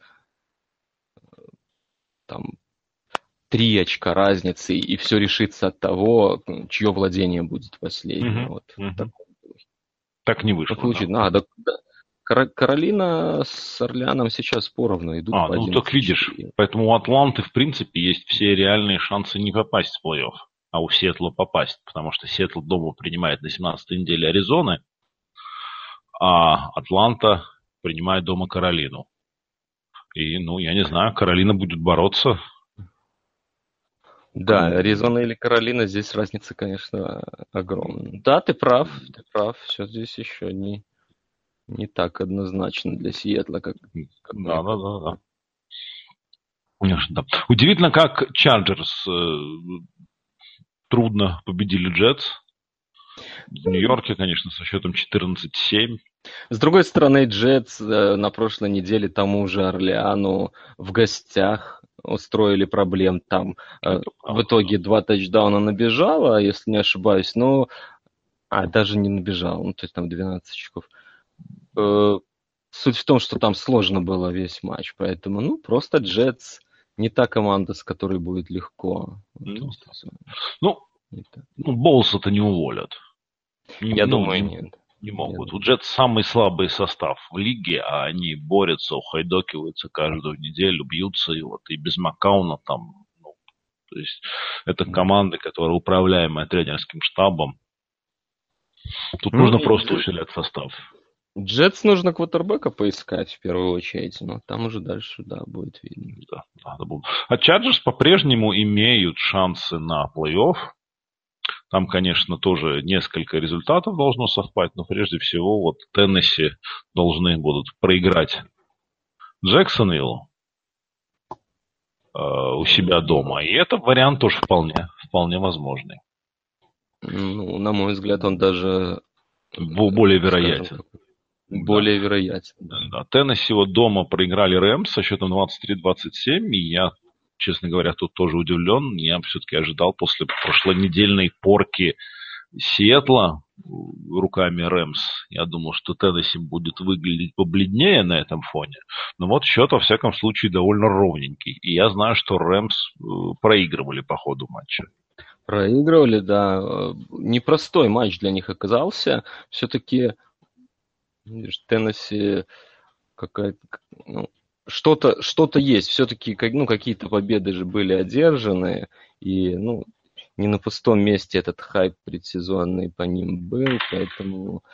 там три очка разницы, и все решится от того, чье владение будет последнее. Угу. Вот. Угу. Так, так не вышло. Получить. Да. А, да, да. Каролина с Орлеаном сейчас поровну идут. А, по ну так видишь, поэтому у Атланты, в принципе, есть все реальные шансы не попасть в плей-офф, а у Сиэтла попасть, потому что Сиэтл дома принимает на семнадцатой неделе Аризоны, а Атланта принимает дома Каролину. И, ну, я не знаю, Каролина будет бороться. Да, Аризона или Каролина, здесь разница, конечно, огромная. Да, ты прав, ты прав, все здесь еще не... Не так однозначно для Сиэтла, как... как да, да, да, да. Конечно, да. Удивительно, как Чарджерс э, трудно победили Джетс. В Нью-Йорке, конечно, со счетом четырнадцать семь. С другой стороны, Джетс э, на прошлой неделе тому же Орлеану в гостях устроили проблем. Там э, в итоге два тачдауна набежало, если не ошибаюсь, но... А, даже не набежал, ну, то есть там двенадцать очков. Суть в том, что там сложно было весь матч, поэтому, ну, просто Джетс не та команда, с которой будет легко. Ну, ну, ну Болса-то не уволят. Я ну, думаю, не, нет. Не могут. У Джетс самый слабый состав в лиге, а они борются, ухайдокиваются каждую неделю, бьются, и вот и без Маккауна там, ну, то есть это команды, которые управляемые тренерским штабом. Тут ну, нужно просто усилять состав. Джетс нужно квотербека поискать в первую очередь, но там уже дальше, да, будет видно. Да, надо будет. А Чарджерс по-прежнему имеют шансы на плей-офф. Там, конечно, тоже несколько результатов должно совпасть, но прежде всего вот Теннесси должны будут проиграть Джексонвиллу э, у себя дома. И это вариант тоже вполне, вполне возможный. Ну, на мой взгляд, он даже... Более вероятен. Скажем, более да. вероятен. Да. Да. Теннесси вот дома проиграли Рэмс со счетом двадцать три двадцать семь, и я, честно говоря, тут тоже удивлен. Я все-таки ожидал после прошлонедельной порки Сиэтла руками Рэмс. Я думал, что Теннесси будет выглядеть побледнее на этом фоне. Но вот счет, во всяком случае, довольно ровненький. И я знаю, что Рэмс проигрывали по ходу матча. Проигрывали, да. Непростой матч для них оказался. Все-таки Теннесси какая-то... Ну, что-то, что-то есть. Все-таки ну, какие-то победы же были одержаны. И ну, не на пустом месте этот хайп предсезонный по ним был. Поэтому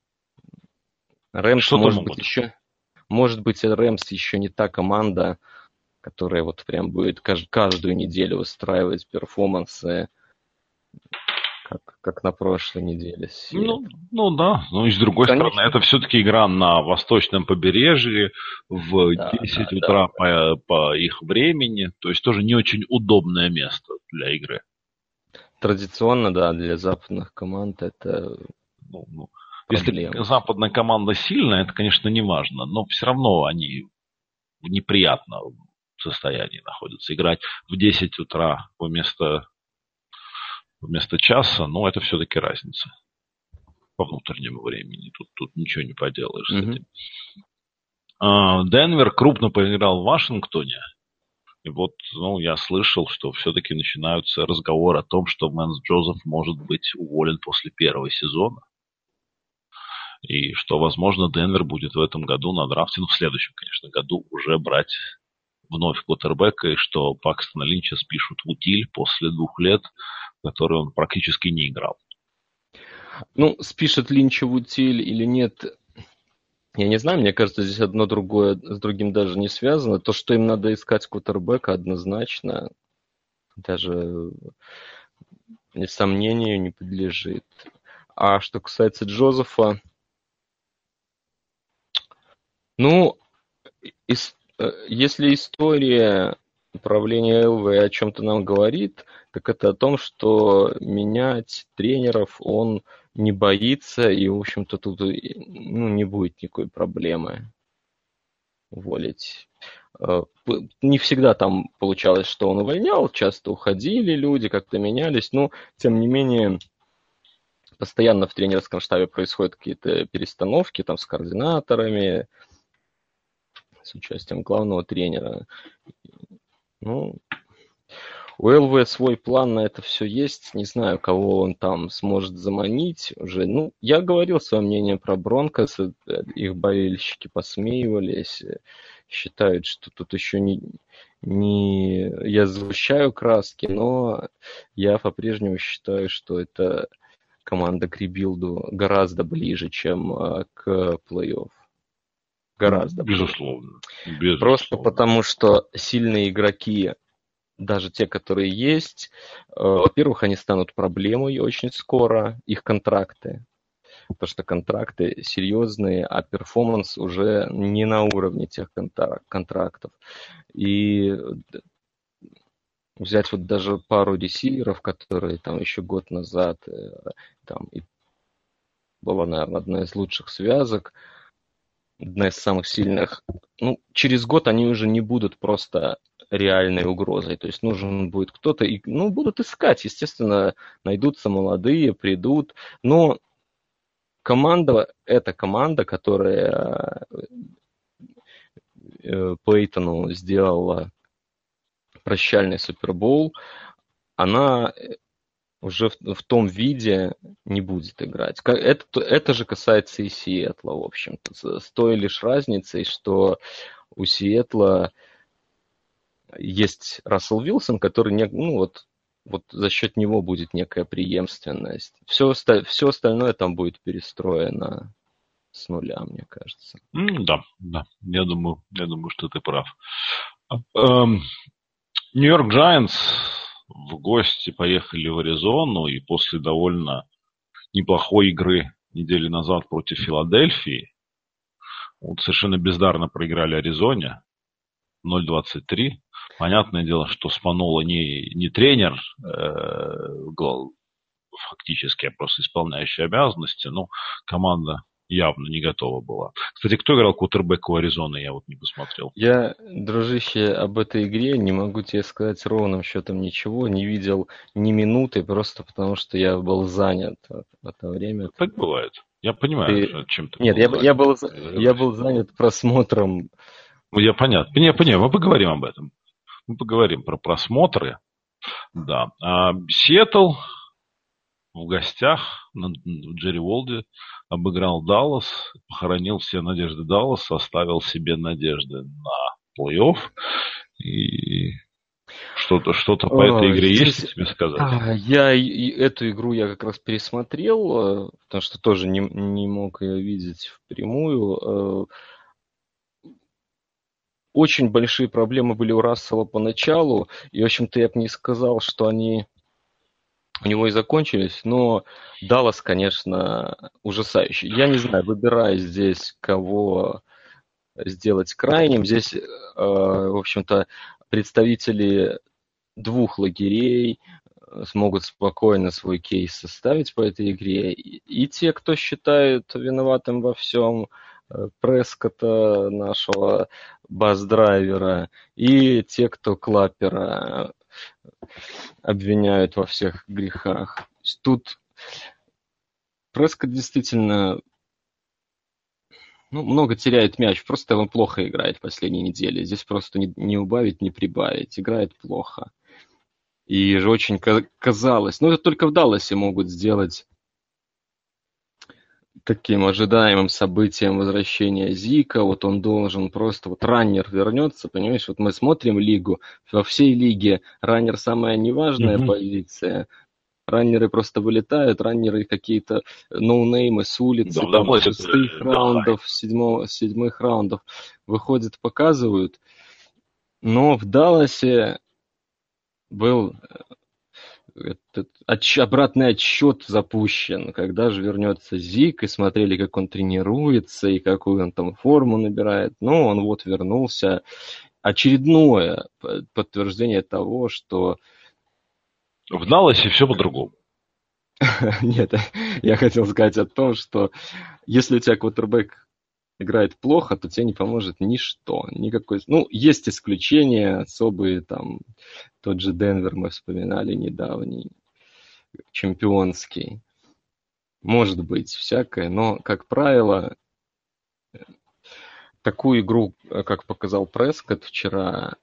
Рэмс, может могут. быть, еще... Может быть, Рэмс еще не та команда, которая вот прям будет каждую неделю выстраивать перформансы, как, как на прошлой неделе. Ну, ну да, но и с другой Конечно. стороны, это все-таки игра на восточном побережье в да, десять да, утра да. По, по их времени, то есть тоже не очень удобное место для игры. Традиционно, да, для западных команд это ну, ну, если западная команда сильная, это, конечно, не важно, но все равно они в неприятном состоянии находятся. Играть в десять утра вместо Вместо часа, ну, это все-таки разница по внутреннему времени. Тут, тут ничего не поделаешь mm-hmm. с этим. А, Денвер крупно поиграл в Вашингтоне. И вот, ну, я слышал, что все-таки начинаются разговоры о том, что Вэнс Джозеф может быть уволен после первого сезона. И что, возможно, Денвер будет в этом году на драфте, ну, в следующем, конечно, году уже брать вновь квотербека, и что Пакстона Линча спишут в утиль после двух лет, в которые он практически не играл. Ну, спишет Линча в утиль или нет, я не знаю. Мне кажется, здесь одно другое с другим даже не связано. То, что им надо искать квотербека, однозначно даже сомнению не подлежит. А что касается Джозефа, ну, ис- э, если история управления Элвей о чем-то нам говорит, так это о том, что менять тренеров он не боится, и, в общем-то, тут и, ну, не будет никакой проблемы уволить. Э, п- Не всегда там получалось, что он увольнял, часто уходили люди, как-то менялись, но, тем не менее, постоянно в тренерском штабе происходят какие-то перестановки там с координаторами, с участием главного тренера. Ну, у ЛВ свой план на это все есть. Не знаю, кого он там сможет заманить уже. Ну, я говорил свое мнение про Бронкос. Их болельщики посмеивались. Считают, что тут еще не, не... Я сгущаю краски, но я по-прежнему считаю, что это команда к ребилду гораздо ближе, чем э, к плей-офф. Гораздо Безусловно. ближе. Безусловно. Просто потому, что сильные игроки, даже те, которые есть, э, во-первых, они станут проблемой очень скоро, их контракты. Потому что контракты серьезные, а перформанс уже не на уровне тех контрактов. И взять вот даже пару ресиверов, которые там еще год назад там и была, наверное, одна из лучших связок, одна из самых сильных. Ну, через год они уже не будут просто реальной угрозой. То есть нужен будет кто-то, и, ну, будут искать. Естественно, найдутся молодые, придут. Но команда, это команда, которая Пейтону сделала прощальный Супербоул, она уже в, в том виде не будет играть. Это, это же касается и Сиэтла, в общем-то. С той лишь разницей, что у Сиэтла есть Рассел Уилсон, который не, ну, вот, вот за счет него будет некая преемственность. Все, все остальное там будет перестроено с нуля, мне кажется. Mm, да, да. Я думаю, я думаю, что ты прав. Нью-Йорк Джайантс в гости поехали в Аризону, и после довольно неплохой игры недели назад против Филадельфии вот совершенно бездарно проиграли Аризоне ноль двадцать три. Понятное дело, что Спанола не, не тренер, э, фактически, а просто исполняющий обязанности, но команда явно не готова была. Кстати, кто играл квотербэк у Аризоны, я вот не посмотрел. Я, дружище, об этой игре не могу тебе сказать ровным счетом ничего, не видел ни минуты, просто потому что я был занят в это время. Так бывает. Я понимаю, ты... чем ты Нет, был я, занят. Я, был, я был занят просмотром. Ну, я понятно. Я понимаю, мы поговорим об этом. Мы поговорим про просмотры. Да. А Сиэтл в гостях на Джерри Уолде обыграл Даллас, похоронил все надежды Далласа, оставил себе надежды на плей-офф. И что-то, что-то по этой игре здесь... есть тебе сказать? Я эту игру я как раз пересмотрел, потому что тоже не, не мог ее видеть впрямую. Очень большие проблемы были у Рассела поначалу, и, в общем-то, я бы не сказал, что они у него и закончились, но Даллас, конечно, ужасающий. Я не знаю, выбираю здесь, кого сделать крайним. Здесь, в общем-то, представители двух лагерей смогут спокойно свой кейс составить по этой игре. И те, кто считает виноватым во всем Прескотта, нашего бас-драйвера, и те, кто Клаппера обвиняют во всех грехах. Тут Прескотт действительно ну, много теряет мяч, просто он плохо играет в последние недели. Здесь просто не, не убавить, не прибавить. Играет плохо. И же очень казалось, ну это только в Далласе могут сделать таким ожидаемым событием возвращения Зика. Вот он должен просто... Вот раннер вернется, понимаешь? Вот мы смотрим лигу. Во всей лиге раннер самая неважная mm-hmm. позиция. Раннеры просто вылетают, раннеры какие-то ноунеймы с улицы, да, там, с шестых это... раундов, да. седьмого, седьмых раундов выходят, показывают. Но в Далласе был этот отч... обратный отсчет запущен, когда же вернется Зик, и смотрели, как он тренируется, и какую он там форму набирает. Но он вот вернулся. Очередное подтверждение того, что в Далласе все по-другому. Нет, я хотел сказать о том, что если у тебя квотербэк играет плохо, то тебе не поможет ничто. Никакой... Ну, есть исключения особые, там, тот же Денвер мы вспоминали недавний, чемпионский. Может быть, всякое, но, как правило, такую игру, как показал Прескотт вчера,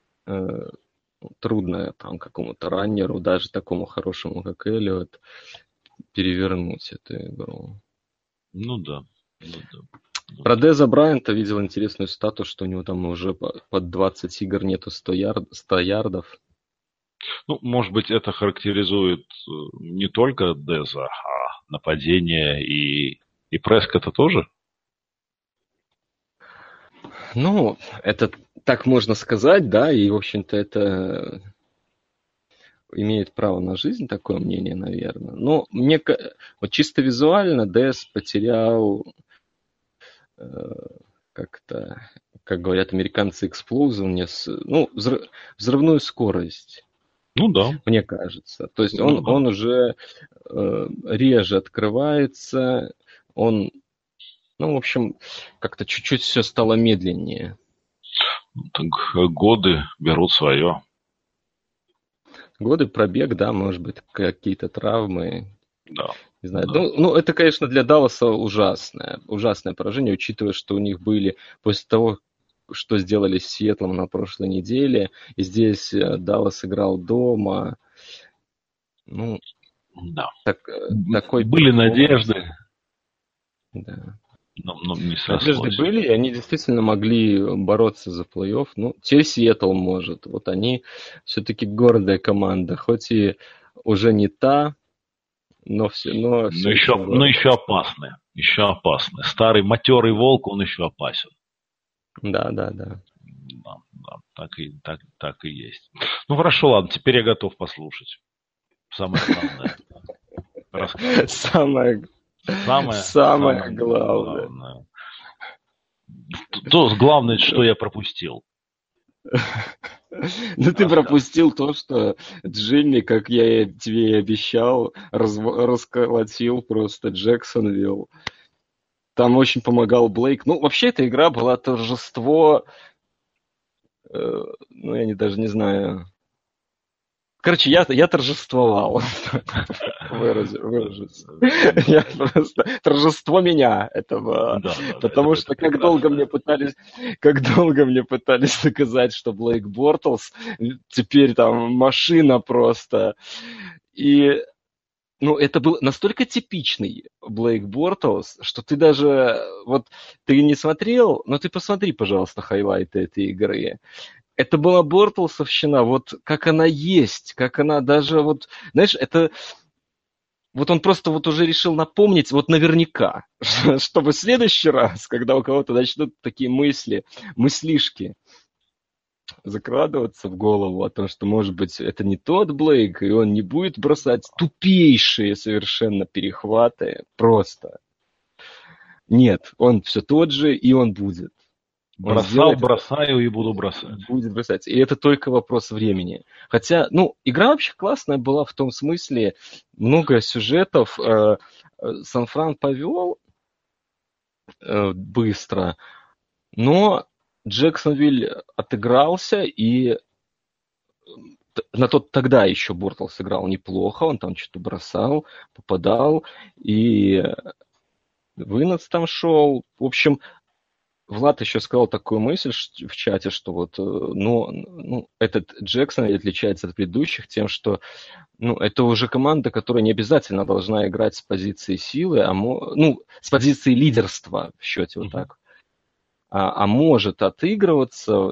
трудно там какому-то раннеру, даже такому хорошему, как Эллиот, перевернуть эту игру. Ну да. Ну, да. Ну, Про Деза Брайанта видел интересную стату, что у него там уже под двадцать игр нету сто, ярд, сто ярдов. Ну, может быть, это характеризует не только Деза, а нападение и, и Прескотта тоже? Ну, это так можно сказать, да, и, в общем-то, это имеет право на жизнь, такое мнение, наверное. Но мне вот чисто визуально Дез потерял э, как-то, как говорят американцы, эксплозивнес, ну, взрыв, взрывную скорость. Ну да. Мне кажется. То есть он, ну, да. он уже э, реже открывается, он, ну, в общем, как-то чуть-чуть все стало медленнее. Так годы берут свое. Годы, пробег, да, может быть, какие-то травмы. Да. Не знаю. Да. Ну, ну, это, конечно, для Далласа ужасное, ужасное поражение, учитывая, что у них были после того, что сделали с Сиэтлом на прошлой неделе, и здесь Даллас играл дома. Ну, да. Так, такой были надежды. Да. Но, но не надежды были, и они действительно могли бороться за плей-офф. Ну, теперь Сиэтл может. Вот они все-таки гордая команда, хоть и уже не та, но все, но, но, еще, но еще опасная. Еще опасная. Старый матерый волк, он еще опасен. Да, да, да. Да, да, так и, так, так и есть. Ну хорошо, ладно, теперь я готов послушать. Самое главное. Самое, самое, самое главное. главное. То главное, что я пропустил. Ну, ты пропустил то, что Джимми, как я тебе и обещал, расколотил просто Джексонвилл. Там очень помогал Блейк. Ну, вообще, эта игра была торжество... Э, ну, я не, даже не знаю... Короче, я, я торжествовал. Выражусь. Я просто... Торжество меня этого. Да, да, Потому это, что это как долго мне пытались... Как долго мне пытались доказать, что Блейк Бортлс теперь там машина просто. И... Ну, это был настолько типичный Блейк Бортлс, что ты даже... Вот ты не смотрел, но ты посмотри, пожалуйста, хайлайты этой игры. Это была Бортлсовщина, вот как она есть, как она даже вот... Знаешь, это... Вот он просто вот уже решил напомнить, вот наверняка, чтобы в следующий раз, когда у кого-то начнут такие мысли, мыслишки, закрадываться в голову о том, что, может быть, это не тот Блейк, и он не будет бросать тупейшие совершенно перехваты. Просто. Нет, он все тот же, и он будет. Он Бросал, сделает, бросаю и буду бросать. Будет бросать. И это только вопрос времени. Хотя, ну, игра вообще классная была в том смысле, много сюжетов. Сан-Фран повел быстро, но Джексонвилл отыгрался, и на тот тогда еще Бортлс сыграл неплохо, он там что-то бросал, попадал, и вынос там шел. В общем, Влад еще сказал такую мысль в чате, что вот, ну, ну, этот Джексон отличается от предыдущих тем, что, ну, это уже команда, которая не обязательно должна играть с позиции силы, а мо, ну, с позиции лидерства в счете вот так, а, а может отыгрываться,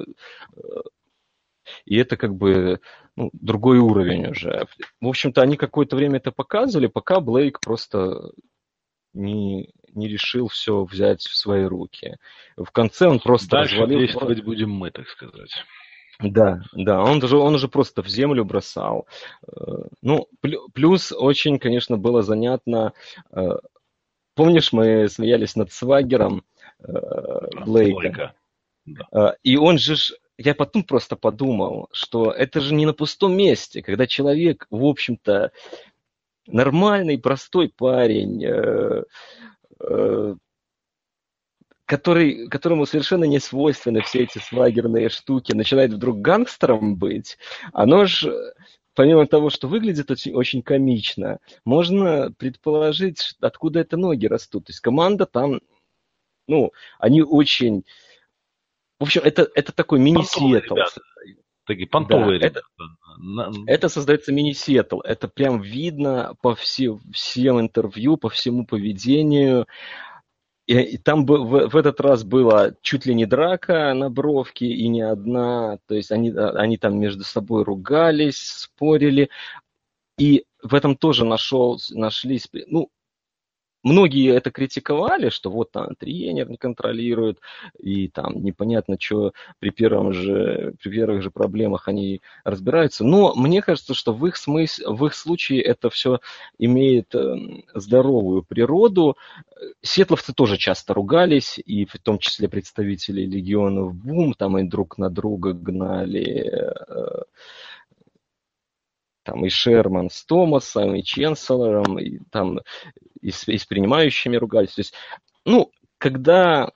и это как бы, ну, другой уровень уже. В общем-то, они какое-то время это показывали, пока Блейк просто не, не решил все взять в свои руки. В конце он просто Дальше развалил... действовать будем мы, так сказать. Да, да, он уже, он уже просто в землю бросал. Ну, плюс очень, конечно, было занятно. Помнишь, мы смеялись над свагером Блейка? Да. И он же... Я потом просто подумал, что это же не на пустом месте, когда человек, в общем-то, нормальный, простой парень, э, э, который, которому совершенно не свойственны все эти свагерные штуки, начинает вдруг гангстером быть, оно же, помимо того, что выглядит очень, очень комично, можно предположить, откуда это ноги растут. То есть команда там, ну, они очень... В общем, это, это такой мини-Сиэтл. Такие понтовые да, это, это создается мини-Сиэтл. Это прям видно по все, всем интервью, по всему поведению. И, и там в, в этот раз была чуть ли не драка на бровке, и не одна. То есть они, они там между собой ругались, спорили. И в этом тоже нашел, нашлись... Ну, многие это критиковали, что вот там тренер не контролирует, и там непонятно, что при, первом же, при первых же проблемах они разбираются. Но мне кажется, что в их, смысле, в их случае это все имеет здоровую природу. Сиэтловцы тоже часто ругались, и в том числе представители легионов Бум, там и друг на друга гнали... Там и Шерман с Томасом, и Ченселором, и там и с, и с принимающими ругались. То есть, ну, когда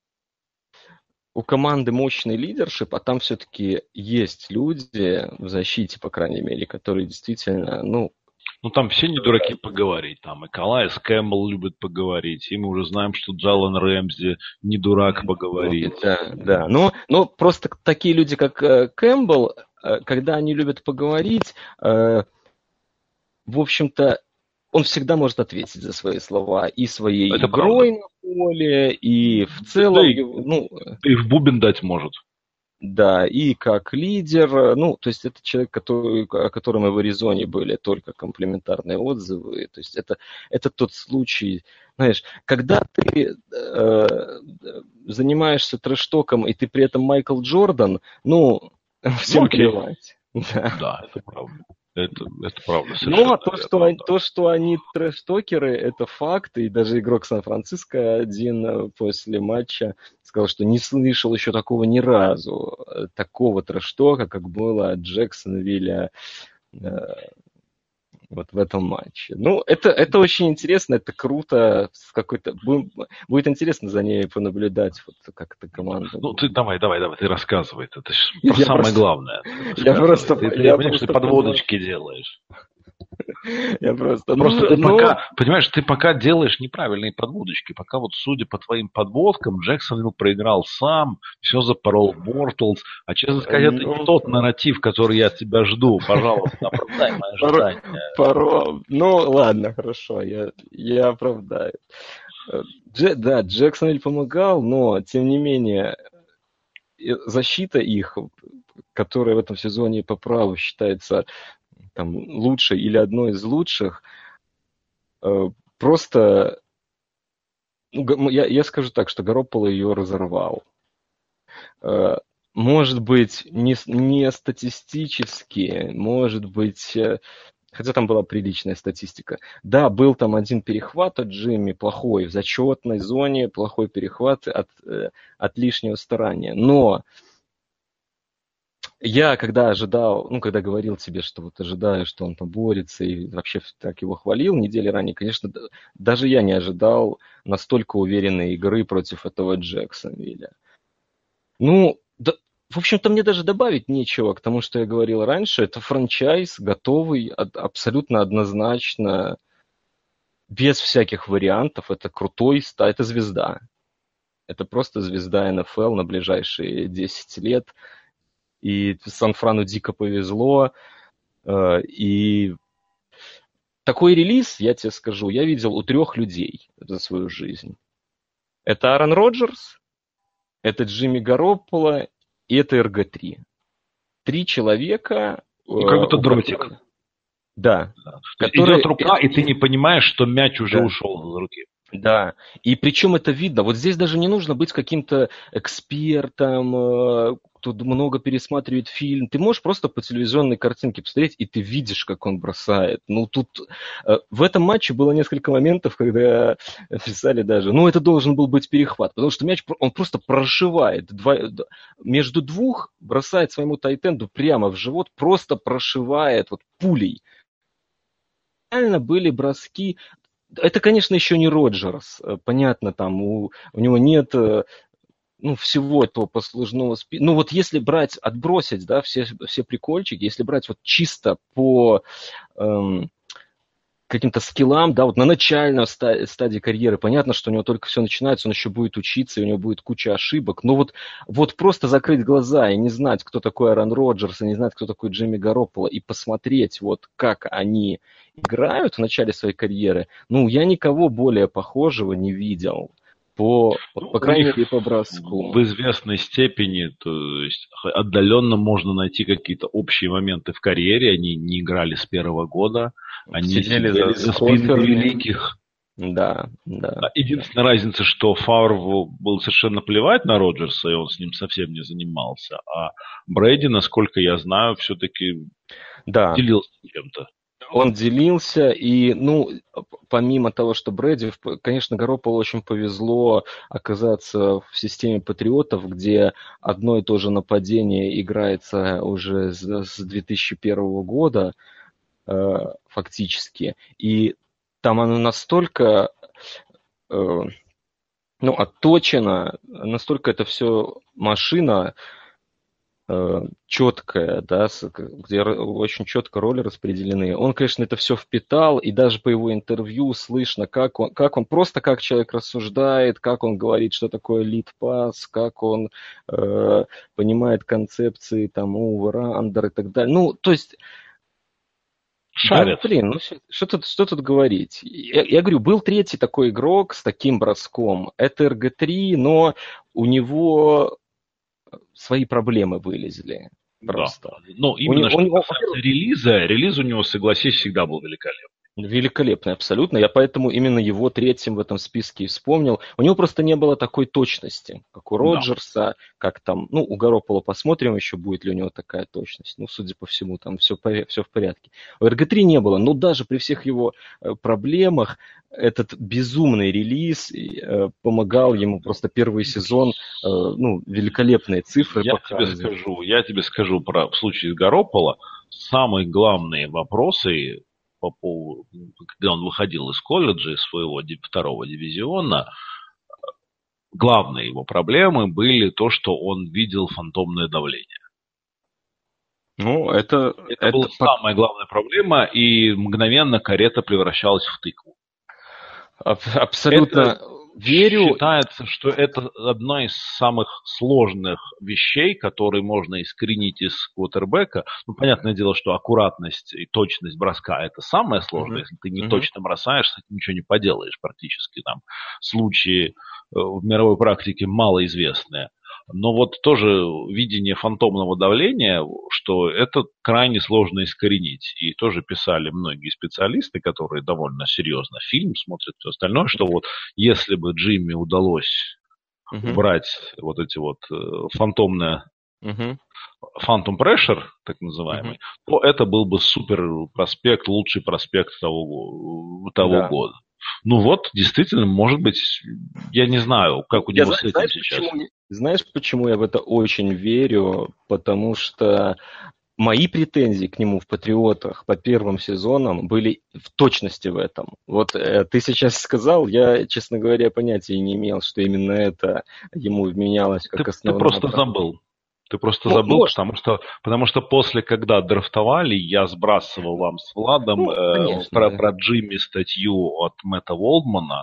у команды мощный лидершип, а там все-таки есть люди в защите, по крайней мере, которые действительно, ну... Ну, там все не дураки поговорить. Там и Калайс Кэмпбелл любит поговорить. И мы уже знаем, что Джален Рэмзи не дурак поговорить. Да, да. Но, но просто такие люди, как Кэмпбелл, когда они любят поговорить, э, в общем-то, он всегда может ответить за свои слова и своей это игрой правда. на поле, и в целом... Да, и, ну, и в бубен дать может. Да, и как лидер, ну, то есть это человек, который, о котором и в Аризоне были только комплиментарные отзывы, то есть это, это тот случай, знаешь, когда ты э, занимаешься трэш-током, и ты при этом Майкл Джордан, ну... Всем плевать. Да. да, это правда. Это, это правда. Но то что, они, то, что они трэш-токеры, это факт. И даже игрок Сан-Франциско один после матча сказал, что не слышал еще такого ни разу. Такого трэш-тока, как было от Джексонвилля э, вот в этом матче. Ну, это, это очень интересно, это круто. Какой-то, будет интересно за ней понаблюдать, вот как эта команда. Ну, ты давай, давай, давай, ты рассказывай. Это же про я самое просто, главное. Я просто, ты, ты, я понимаешь, просто ты подводочки подвод... делаешь. Я просто... Просто ну, ты ну... пока, понимаешь, ты пока делаешь неправильные подводочки, пока вот, судя по твоим подводкам, Джексон проиграл сам, все запорол Бортлс, а, честно сказать, это ну... не тот нарратив, который я от тебя жду. Пожалуйста, оправдай мои ожидания. Пор... Ну, ладно, хорошо, я, я оправдаю. Дж... Да, Джексонвиль помогал, но, тем не менее, защита их, которая в этом сезоне по праву считается там, лучшей или одной из лучших, просто, ну, я, я скажу так, что Гаропполо ее разорвал. Может быть, не, не статистически, может быть, хотя там была приличная статистика. Да, был там один перехват от Джимми, плохой, в зачетной зоне, плохой перехват от, от лишнего старания. Но я, когда ожидал, ну, когда говорил тебе, что вот ожидаю, что он поборется, и вообще так его хвалил недели ранее, конечно, даже я не ожидал настолько уверенной игры против этого Джексонвилля. Ну, да, в общем-то, мне даже добавить нечего к тому, что я говорил раньше. Это франчайз, готовый, абсолютно однозначно, без всяких вариантов. Это крутой, это звезда. Это просто звезда эн эф эл на ближайшие десять лет. И Сан-Франу дико повезло. И такой релиз, я тебе скажу, я видел у трех людей за свою жизнь. Это Аарон Роджерс, это Джимми Гаропполо и это эр джи три. Три человека... Ну, как будто дротик. Да. Которые... Идет рука, и ты не понимаешь, что мяч уже да. ушел из руки. Да, и причем это видно. Вот здесь даже не нужно быть каким-то экспертом, кто много пересматривает фильм. Ты можешь просто по телевизионной картинке посмотреть, и ты видишь, как он бросает. Ну, тут в этом матче было несколько моментов, когда писали даже, ну, это должен был быть перехват, потому что мяч, он просто прошивает. Два, между двух бросает своему тайтенду прямо в живот, просто прошивает вот пулей. Реально были броски. Это, конечно, еще не Роджерс. Понятно, там у, у него нет ну, всего этого послужного списка. Ну, вот если брать, отбросить, да, все, все прикольчики, если брать вот чисто по эм, каким-то скиллам, да, вот на начальной ста- стадии карьеры, понятно, что у него только все начинается, он еще будет учиться, и у него будет куча ошибок. Но вот, вот просто закрыть глаза и не знать, кто такой Аарон Роджерс, и не знать, кто такой Джимми Гаропполо, и посмотреть, вот как они играют в начале своей карьеры, ну, я никого более похожего не видел. По, ну, по крайней мере, по броску. В известной степени, то есть отдаленно можно найти какие-то общие моменты в карьере. Они не играли с первого года. Они сидели, сидели за, за спинами великих. Да, да. Единственная разница, что Фавру было совершенно плевать на Роджерса, и он с ним совсем не занимался. А Брэди, насколько я знаю, все-таки да. делился чем-то. Он делился, и, ну, помимо того, что Брэди, конечно, Гаропполо очень повезло оказаться в системе патриотов, где одно и то же нападение играется уже с две тысячи первого года, э, фактически, и там оно настолько, э, ну, отточено, настолько это все машина, четкая, да, где очень четко роли распределены. Он, конечно, это все впитал, и даже по его интервью слышно, как он, как он просто как человек рассуждает, как он говорит, что такое лид-пас, как он э, понимает концепции там over-under и так далее. Ну, то есть... Шарит. Да, блин, ну что тут, что тут говорить? Я, я говорю, был третий такой игрок с таким броском. Это эр джи три, но у него... свои проблемы вылезли. Просто. Да. Ну, именно у, что у него... касается релиза, релиз у него, согласись, всегда был великолепный. Великолепный, абсолютно. Я поэтому именно его третьим в этом списке и вспомнил. У него просто не было такой точности, как у Роджерса, да. Как там, ну, у Гаропполо посмотрим еще, будет ли у него такая точность. Ну, судя по всему, там все, все в порядке. У эр джи три не было, но даже при всех его проблемах этот безумный релиз э, помогал ему просто первый сезон, э, ну, великолепные цифры я тебе скажу, я тебе скажу про в случае с Гаропполо самые главные вопросы по поводу, когда он выходил из колледжа, из своего второго дивизиона, главные его проблемы были то, что он видел фантомное давление. Ну, это... Это, это была по... самая главная проблема, и мгновенно карета превращалась в тыкву. Абсолютно это верю. Считается, что это одна из самых сложных вещей, которые можно искоренить из квотербека. Ну, понятное дело, что аккуратность и точность броска – это самое сложное. Mm-hmm. Если ты не mm-hmm. точно бросаешь, с этим ничего не поделаешь практически. Там случаи в мировой практике малоизвестные. Но вот тоже видение фантомного давления, что это крайне сложно искоренить. И тоже писали многие специалисты, которые довольно серьезно фильм смотрят, все остальное, что вот если бы Джимми удалось uh-huh. убрать вот эти вот фантомные uh-huh. Phantom Pressure, так называемый, uh-huh. то это был бы супер проспект, лучший проспект того, того да. года. Ну вот, действительно, может быть, я не знаю, как у него я, с этим знаешь, сейчас. Почему, знаешь, почему я в это очень верю? Потому что мои претензии к нему в «Патриотах» по первым сезонам были в точности в этом. Вот э, ты сейчас сказал, я, честно говоря, понятия не имел, что именно это ему вменялось как ты, основное. Ты просто забыл. Ты просто ну, забыл, потому что, потому что после, когда драфтовали, я сбрасывал вам с Владом ну, конечно, э, про, да. про Джимми статью от Мэтта Волдмана,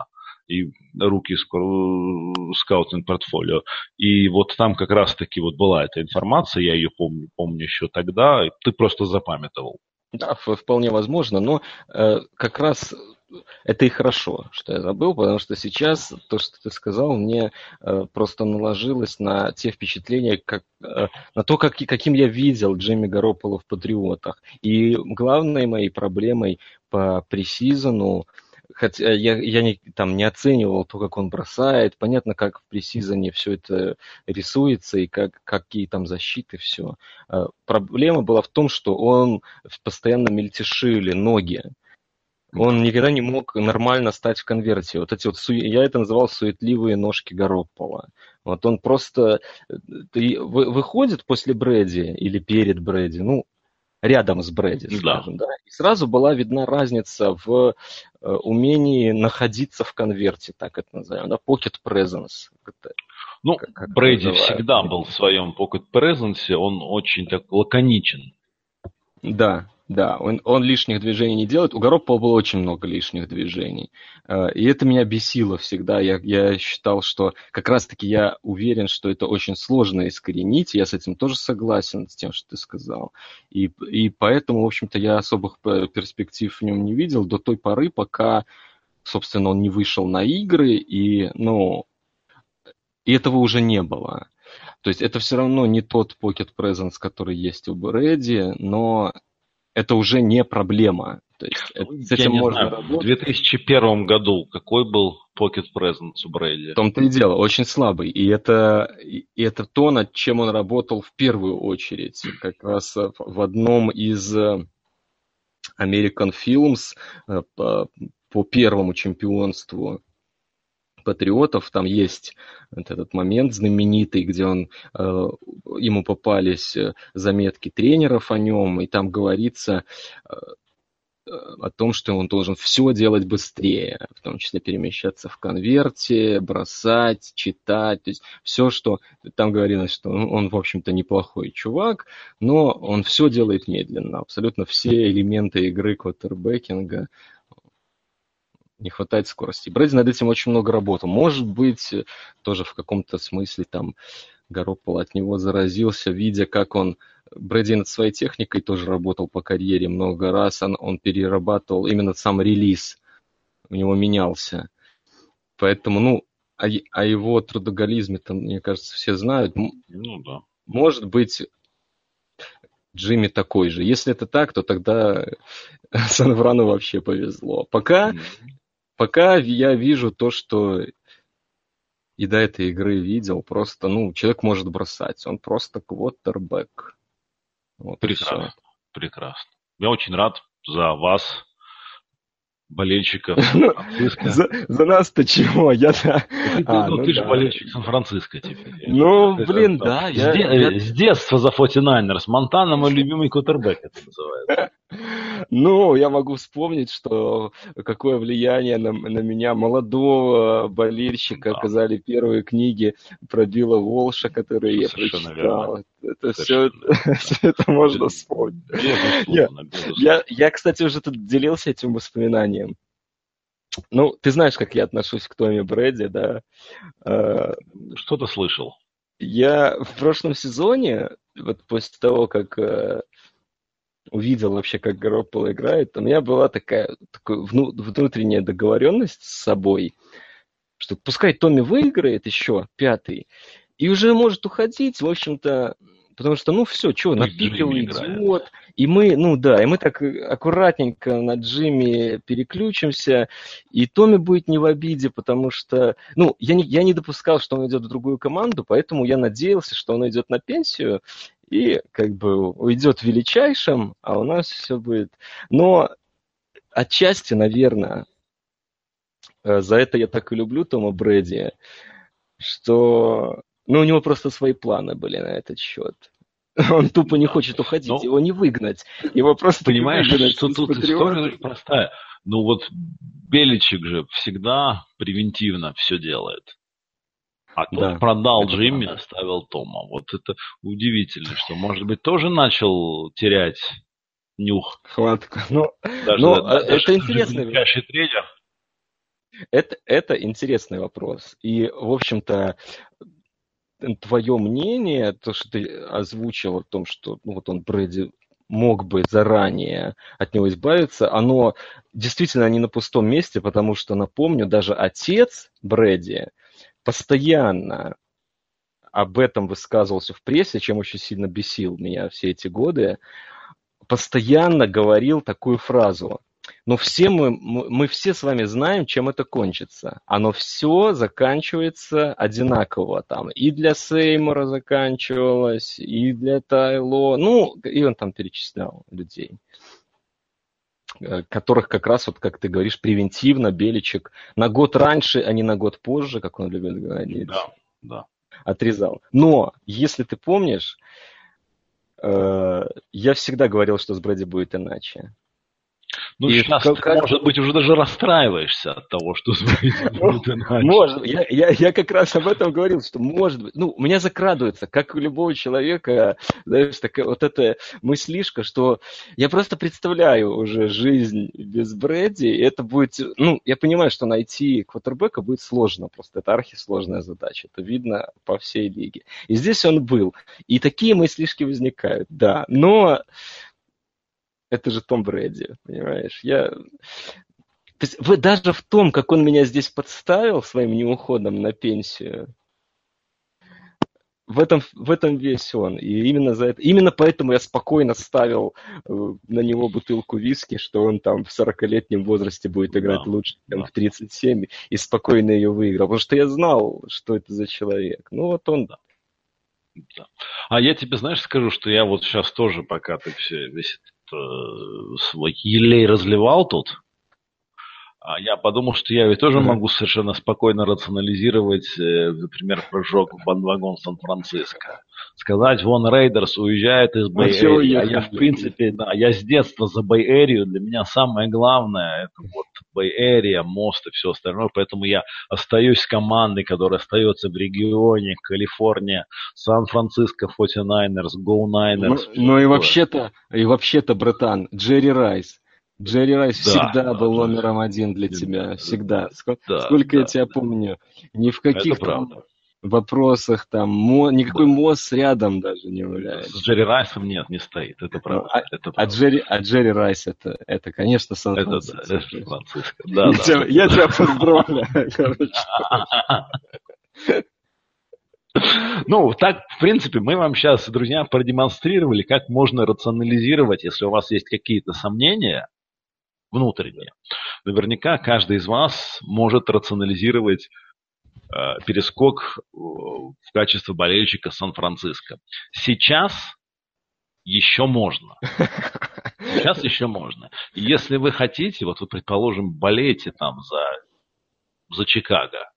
и руки скаутинг-портфолио. И вот там как раз-таки вот была эта информация, я ее помню, помню еще тогда, и ты просто запамятовал. Да, вполне возможно, но э, как раз это и хорошо, что я забыл, потому что сейчас то, что ты сказал, мне э, просто наложилось на те впечатления, как, э, на то, как, каким я видел Джимми Гарополо в «Патриотах». И главной моей проблемой по пресизону, хотя я, я не, там, не оценивал то, как он бросает, понятно, как в пресизоне все это рисуется и как, какие там защиты, все. Э, проблема была в том, что он постоянно мельтешили ноги. Он никогда не мог нормально стать в конверте. Вот эти вот, су... я это называл суетливые ножки Гаропполо. Вот он просто выходит после Брэди или перед Брэди, ну, рядом с Брэди, скажем, да. Да, и сразу была видна разница в умении находиться в конверте, так это называем, да, pocket presence. Это, ну, как Брэди всегда был в своем pocket presence, он очень так лаконичен. Да. Да, он, он лишних движений не делает. У Гаропполо было очень много лишних движений. И это меня бесило всегда. Я, я считал, что как раз-таки я уверен, что это очень сложно искоренить. Я с этим тоже согласен, с тем, что ты сказал. И, и поэтому, в общем-то, я особых перспектив в нем не видел до той поры, пока, собственно, он не вышел на игры, и, ну, и этого уже не было. То есть это все равно не тот pocket presence, который есть у Брэди, но это уже не проблема. То есть с этим Я можно не знаю, работать. В две тысячи первом году какой был pocket presence у Брэди? В том-то и дело, очень слабый. И это, и это то, над чем он работал в первую очередь. Как раз в одном из American Films по, по первому чемпионству Патриотов, там есть вот этот момент знаменитый, где он, э, ему попались заметки тренеров о нем, и там говорится э, о том, что он должен все делать быстрее, в том числе перемещаться в конверте, бросать, читать, то есть все, что там говорилось, что он, он, в общем-то, неплохой чувак, но он все делает медленно, абсолютно все элементы игры квотербекинга. Не хватает скорости. Брэди над этим очень много работал. Может быть, тоже в каком-то смысле там Гаропполо от него заразился, видя, как он... Брэди над своей техникой тоже работал по карьере много раз. Он, он перерабатывал именно сам релиз. У него менялся. Поэтому, ну, о, о его трудоголизме-то, мне кажется, все знают. Ну, да. Может быть, Джимми такой же. Если это так, то тогда Сан-Франу вообще повезло. Пока... Mm-hmm. Пока я вижу то, что и до этой игры видел, просто, ну, человек может бросать, он просто квотербек. Вот прекрасно, прекрасно. Я очень рад за вас, болельщиков Сан-Франциско. За, за нас-то чего? Я, да. Ты, а, ну, ну, ты да. же болельщик Сан-Франциско теперь. Ну, это, блин, да. С, Я, де- я... с детства за форти найнерс. Монтана мой любимый квотербек, это называется. Ну, я могу вспомнить, что какое влияние на, на меня, молодого болельщика, да. оказали первые книги про Билла Волша, которые я прочитал. Верно. Это все, все это можно вспомнить. Я, я, я, кстати, уже тут делился этим воспоминанием. Ну, ты знаешь, как я отношусь к Томми Брэди, да? Что-то слышал. Я в прошлом сезоне, вот после того, как увидел вообще, как Гаропполо играет, у меня была такая, такая вну, внутренняя договоренность с собой, что пускай Томми выиграет еще пятый, и уже может уходить, в общем-то, потому что, ну, все, что, на пике уйдет, и мы, ну, да, и мы так аккуратненько на Джимми переключимся, и Томми будет не в обиде, потому что, ну, я не, я не допускал, что он идет в другую команду, поэтому я надеялся, что он идет на пенсию, и как бы уйдет величайшим, а у нас все будет. Но отчасти, наверное, за это я так и люблю Тома Брэди, что ну, у него просто свои планы были на этот счет. Он тупо не хочет уходить, ну, его не выгнать. Его просто понимаешь, что тут история очень простая. Ну вот Беличик же всегда превентивно все делает. А тот да, продал Джимми, правда. Оставил Тома. Вот это удивительно, что, может быть, тоже начал терять нюх. Хватку. Ну, даже, ну даже, это интересно. Величайший тренер. Это, это интересный вопрос. И, в общем-то, твое мнение, то, что ты озвучил о том, что ну, вот он, Брэди, мог бы заранее от него избавиться, оно действительно не на пустом месте, потому что, напомню, даже отец Брэди постоянно об этом высказывался в прессе, чем очень сильно бесил меня все эти годы, постоянно говорил такую фразу. Но все мы, мы все с вами знаем, чем это кончится. Оно все заканчивается одинаково там. И для Сеймура заканчивалось, и для Тайло. Ну, и он там перечислял людей, которых как раз, вот как ты говоришь, превентивно Беличек на год раньше, а не на год позже, как он любит говорить, да, да. отрезал. Но, если ты помнишь, я всегда говорил, что с Брэди будет иначе. Ну, и сейчас как, ты, может быть, уже даже расстраиваешься от того, что будет иначе. Может, я, я, я как раз об этом говорил, что может быть. Ну, у меня закрадывается, как у любого человека, знаешь, такая вот эта мыслишка, что я просто представляю уже жизнь без Брэди, и это будет, ну, я понимаю, что найти квотербека будет сложно, просто это архисложная задача, это видно по всей лиге. И здесь он был, и такие мыслишки возникают, да, но... Это же Том Брэди, понимаешь? Я... То есть вы даже в том, как он меня здесь подставил своим неуходом на пенсию, в этом, в этом весь он. И именно, за это... именно поэтому я спокойно ставил на него бутылку виски, что он там в сорокалетнем возрасте будет играть да, лучше, чем да. в тридцать семь, и спокойно ее выиграл. Потому что я знал, что это за человек. Ну вот он... Да. Да. А я тебе, знаешь, скажу, что я вот сейчас тоже, пока ты все, весь свой елей разливал тут, я подумал, что я ведь тоже могу совершенно спокойно рационализировать, например, прыжок в бандвагон Сан-Франциско. Сказать, вон Рейдерс уезжает из Бэй-Эрии, а я, в принципе, да, я с детства за Бэй-Эрию, для меня самое главное, это вот Бэй-Эрия, мост и все остальное, поэтому я остаюсь с командой, которая остается в регионе, Калифорния, Сан-Франциско, форти найнерс, Go Niners. Ну, ну и вообще-то, и вообще-то, братан, Джерри Райс. Джерри Райс да, всегда да, был да, номером один для тебя, всегда. Сколько, да, сколько да, я тебя да. помню, ни в каких там вопросах там, мо, никакой да. мост рядом даже не является. С Джерри Райсом нет, не стоит, это правда. А, это правда. а, Джерри, а ДжерриАйс, это, это конечно, Сан-Франциско. Это, это Сан-Франциско, да. Я, да, тебя, да. я тебя поздравляю, короче. Ну, так, в принципе, мы вам сейчас, друзья, продемонстрировали, как можно рационализировать, если у вас есть какие-то сомнения, внутренние. Наверняка каждый из вас может рационализировать э, перескок в качестве болельщика Сан-Франциско. Сейчас еще можно. Сейчас еще можно. И если вы хотите, вот вы, предположим, болеете там за, за Чикаго,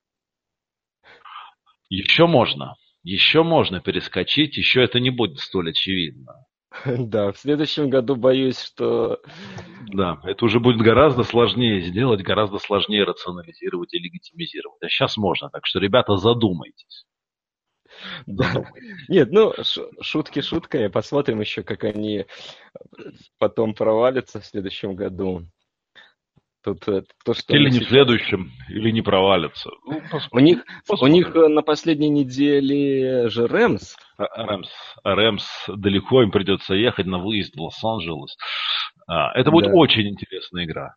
еще можно. Еще можно перескочить, еще это не будет столь очевидно. Да, в следующем году боюсь, что... Да, это уже будет гораздо сложнее сделать, гораздо сложнее рационализировать и легитимизировать. А сейчас можно, так что, ребята, задумайтесь. Да. Задумайтесь. Нет, ну, шутки шуткой, посмотрим еще, как они потом провалятся в следующем году. Тут, то, что или не сейчас... в следующем, или не провалятся. Ну, у, них, у них на последней неделе же Рэмс. Рэмс. Рэмс далеко, им придется ехать на выезд в Лос-Анджелес. Это будет да. очень интересная игра.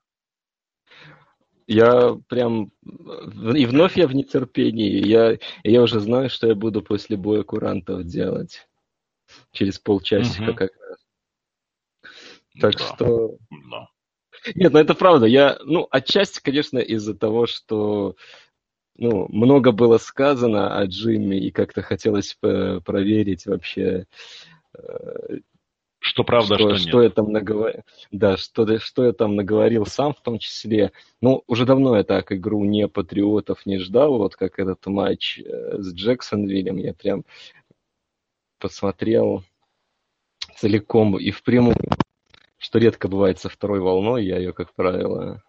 Я прям... И вновь я в нетерпении. Я, я уже знаю, что я буду после боя курантов делать. Через полчасика угу. как раз. Так да. что... Да. Нет, ну это правда. Я, ну, отчасти, конечно, из-за того, что ну, много было сказано о Джимми, и как-то хотелось проверить вообще, что правда, что, что, что нет. Я там наговорил. Да, что, что я там наговорил сам в том числе. Ну, уже давно я так игру не Патриотов не ждал, вот как этот матч с Джексонвиллем. Я прям посмотрел целиком и впрямую. Что редко бывает со второй волной, я ее, как правило,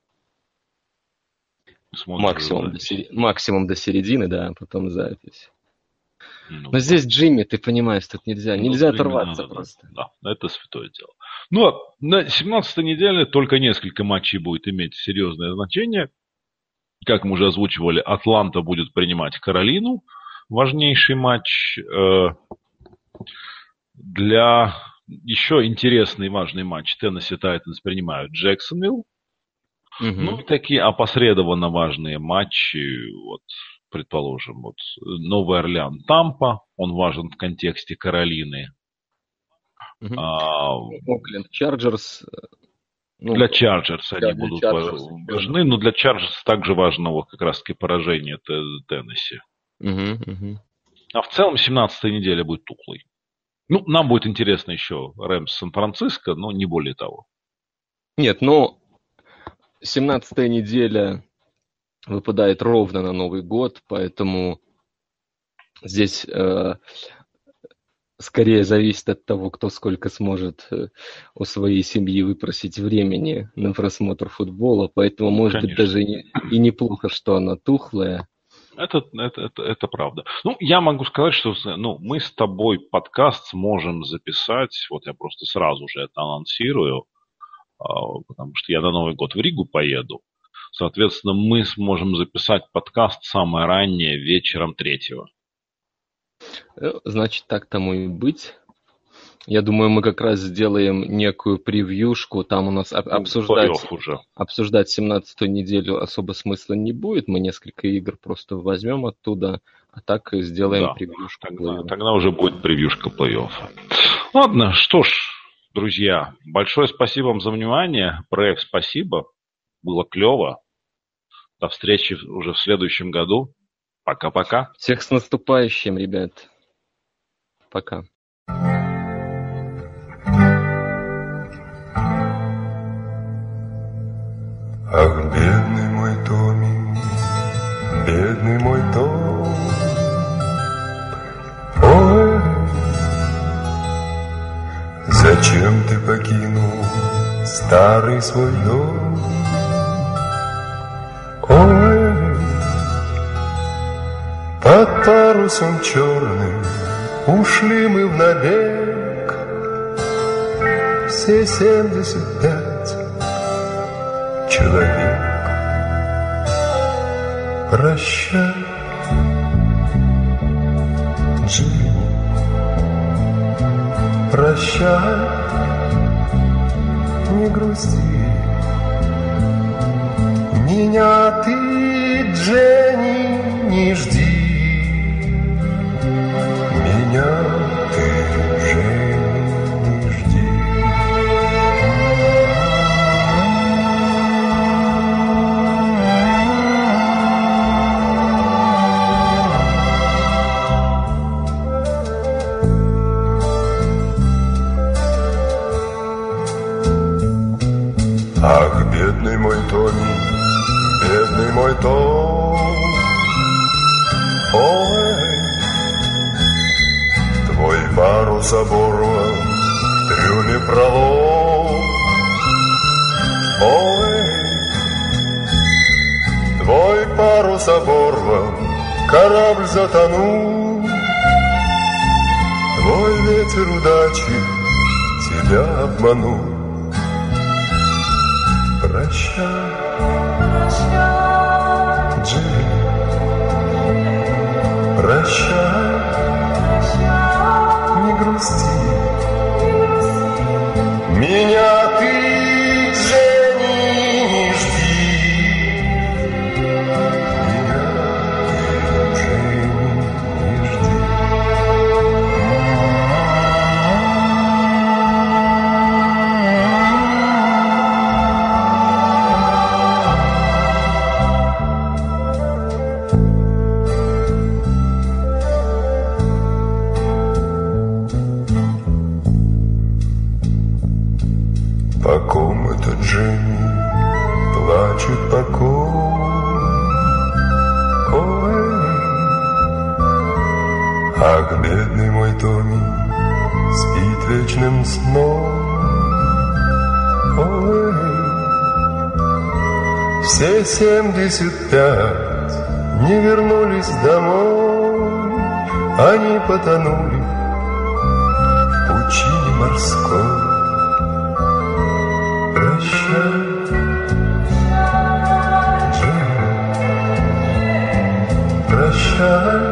максимум до, сери... максимум до середины, да, а потом запись. Ну, Но здесь Джимми, ты понимаешь, тут нельзя, ну, нельзя оторваться надо, просто. Да, да, это святое дело. Ну, на семнадцатой неделе только несколько матчей будет иметь серьезное значение. как мы уже озвучивали, Атланта будет принимать Каролину. Важнейший матч. Для еще интересный и важный матч Теннесси Тайтанс принимают Джексонвилл. Угу. Ну и такие опосредованно важные матчи, вот, предположим, вот Новый Орлеан, Тампа, он важен в контексте Каролины. Угу. А, Окленд Чарджерс. Ну, для Чарджерс они будут Chargers, важны, но для Чарджерс также важно вот как раз-таки поражение Теннесси. Угу, угу. А в целом семнадцатая неделя будет тухлой. Ну, нам будет интересно еще Рэмс Сан-Франциско, но не более того. Нет, ну, семнадцатая неделя выпадает ровно на Новый год, поэтому здесь э, скорее зависит от того, кто сколько сможет э, у своей семьи выпросить времени на просмотр футбола, поэтому, может Конечно. быть, даже и, и неплохо, что она тухлая. Это, это, это, это правда. Ну, я могу сказать, что ну, мы с тобой подкаст сможем записать, вот я просто сразу же это анонсирую, потому что я на Новый год в Ригу поеду. Соответственно, мы сможем записать подкаст самое раннее вечером третьего. Значит, так тому и быть. Я думаю, мы как раз сделаем некую превьюшку. Там у нас обсуждать, уже. обсуждать семнадцатую неделю особо смысла не будет. Мы несколько игр просто возьмем оттуда, а так и сделаем да, превьюшку. Тогда, тогда уже будет превьюшка плей-оффа. Ладно, что ж, друзья, большое спасибо вам за внимание. Проект спасибо. Было клево. До встречи уже в следующем году. Пока-пока. Всех с наступающим, ребят. Пока. Ах, бедный мой Томми, бедный мой Том, ой, зачем ты покинул старый свой дом? Ой, под парусом черным ушли мы в набег, все семьдесят пять человек. Прощай, Джимми, прощай, не грусти. Меня ты, Дженни, не жди. Меня ты, Дженни, не жди. Ах, бедный мой Томми, бедный мой Том, ой, твой парус оборван, в трюме пролом, ой, твой парус оборван, корабль затонул, твой ветер удачи тебя обманул. Прощай, Джимми, прощай, не грусти. Меня ты, Дженни, не жди. Меня ты, Дженни, не жди. По ком это Дженни плачет, по ком? Ой, ах, бедный мой Томми спит вечным сном. Ой, все семьдесят пять не вернулись домой, они потонули в пучине морской. Прощай, Джимми, shine.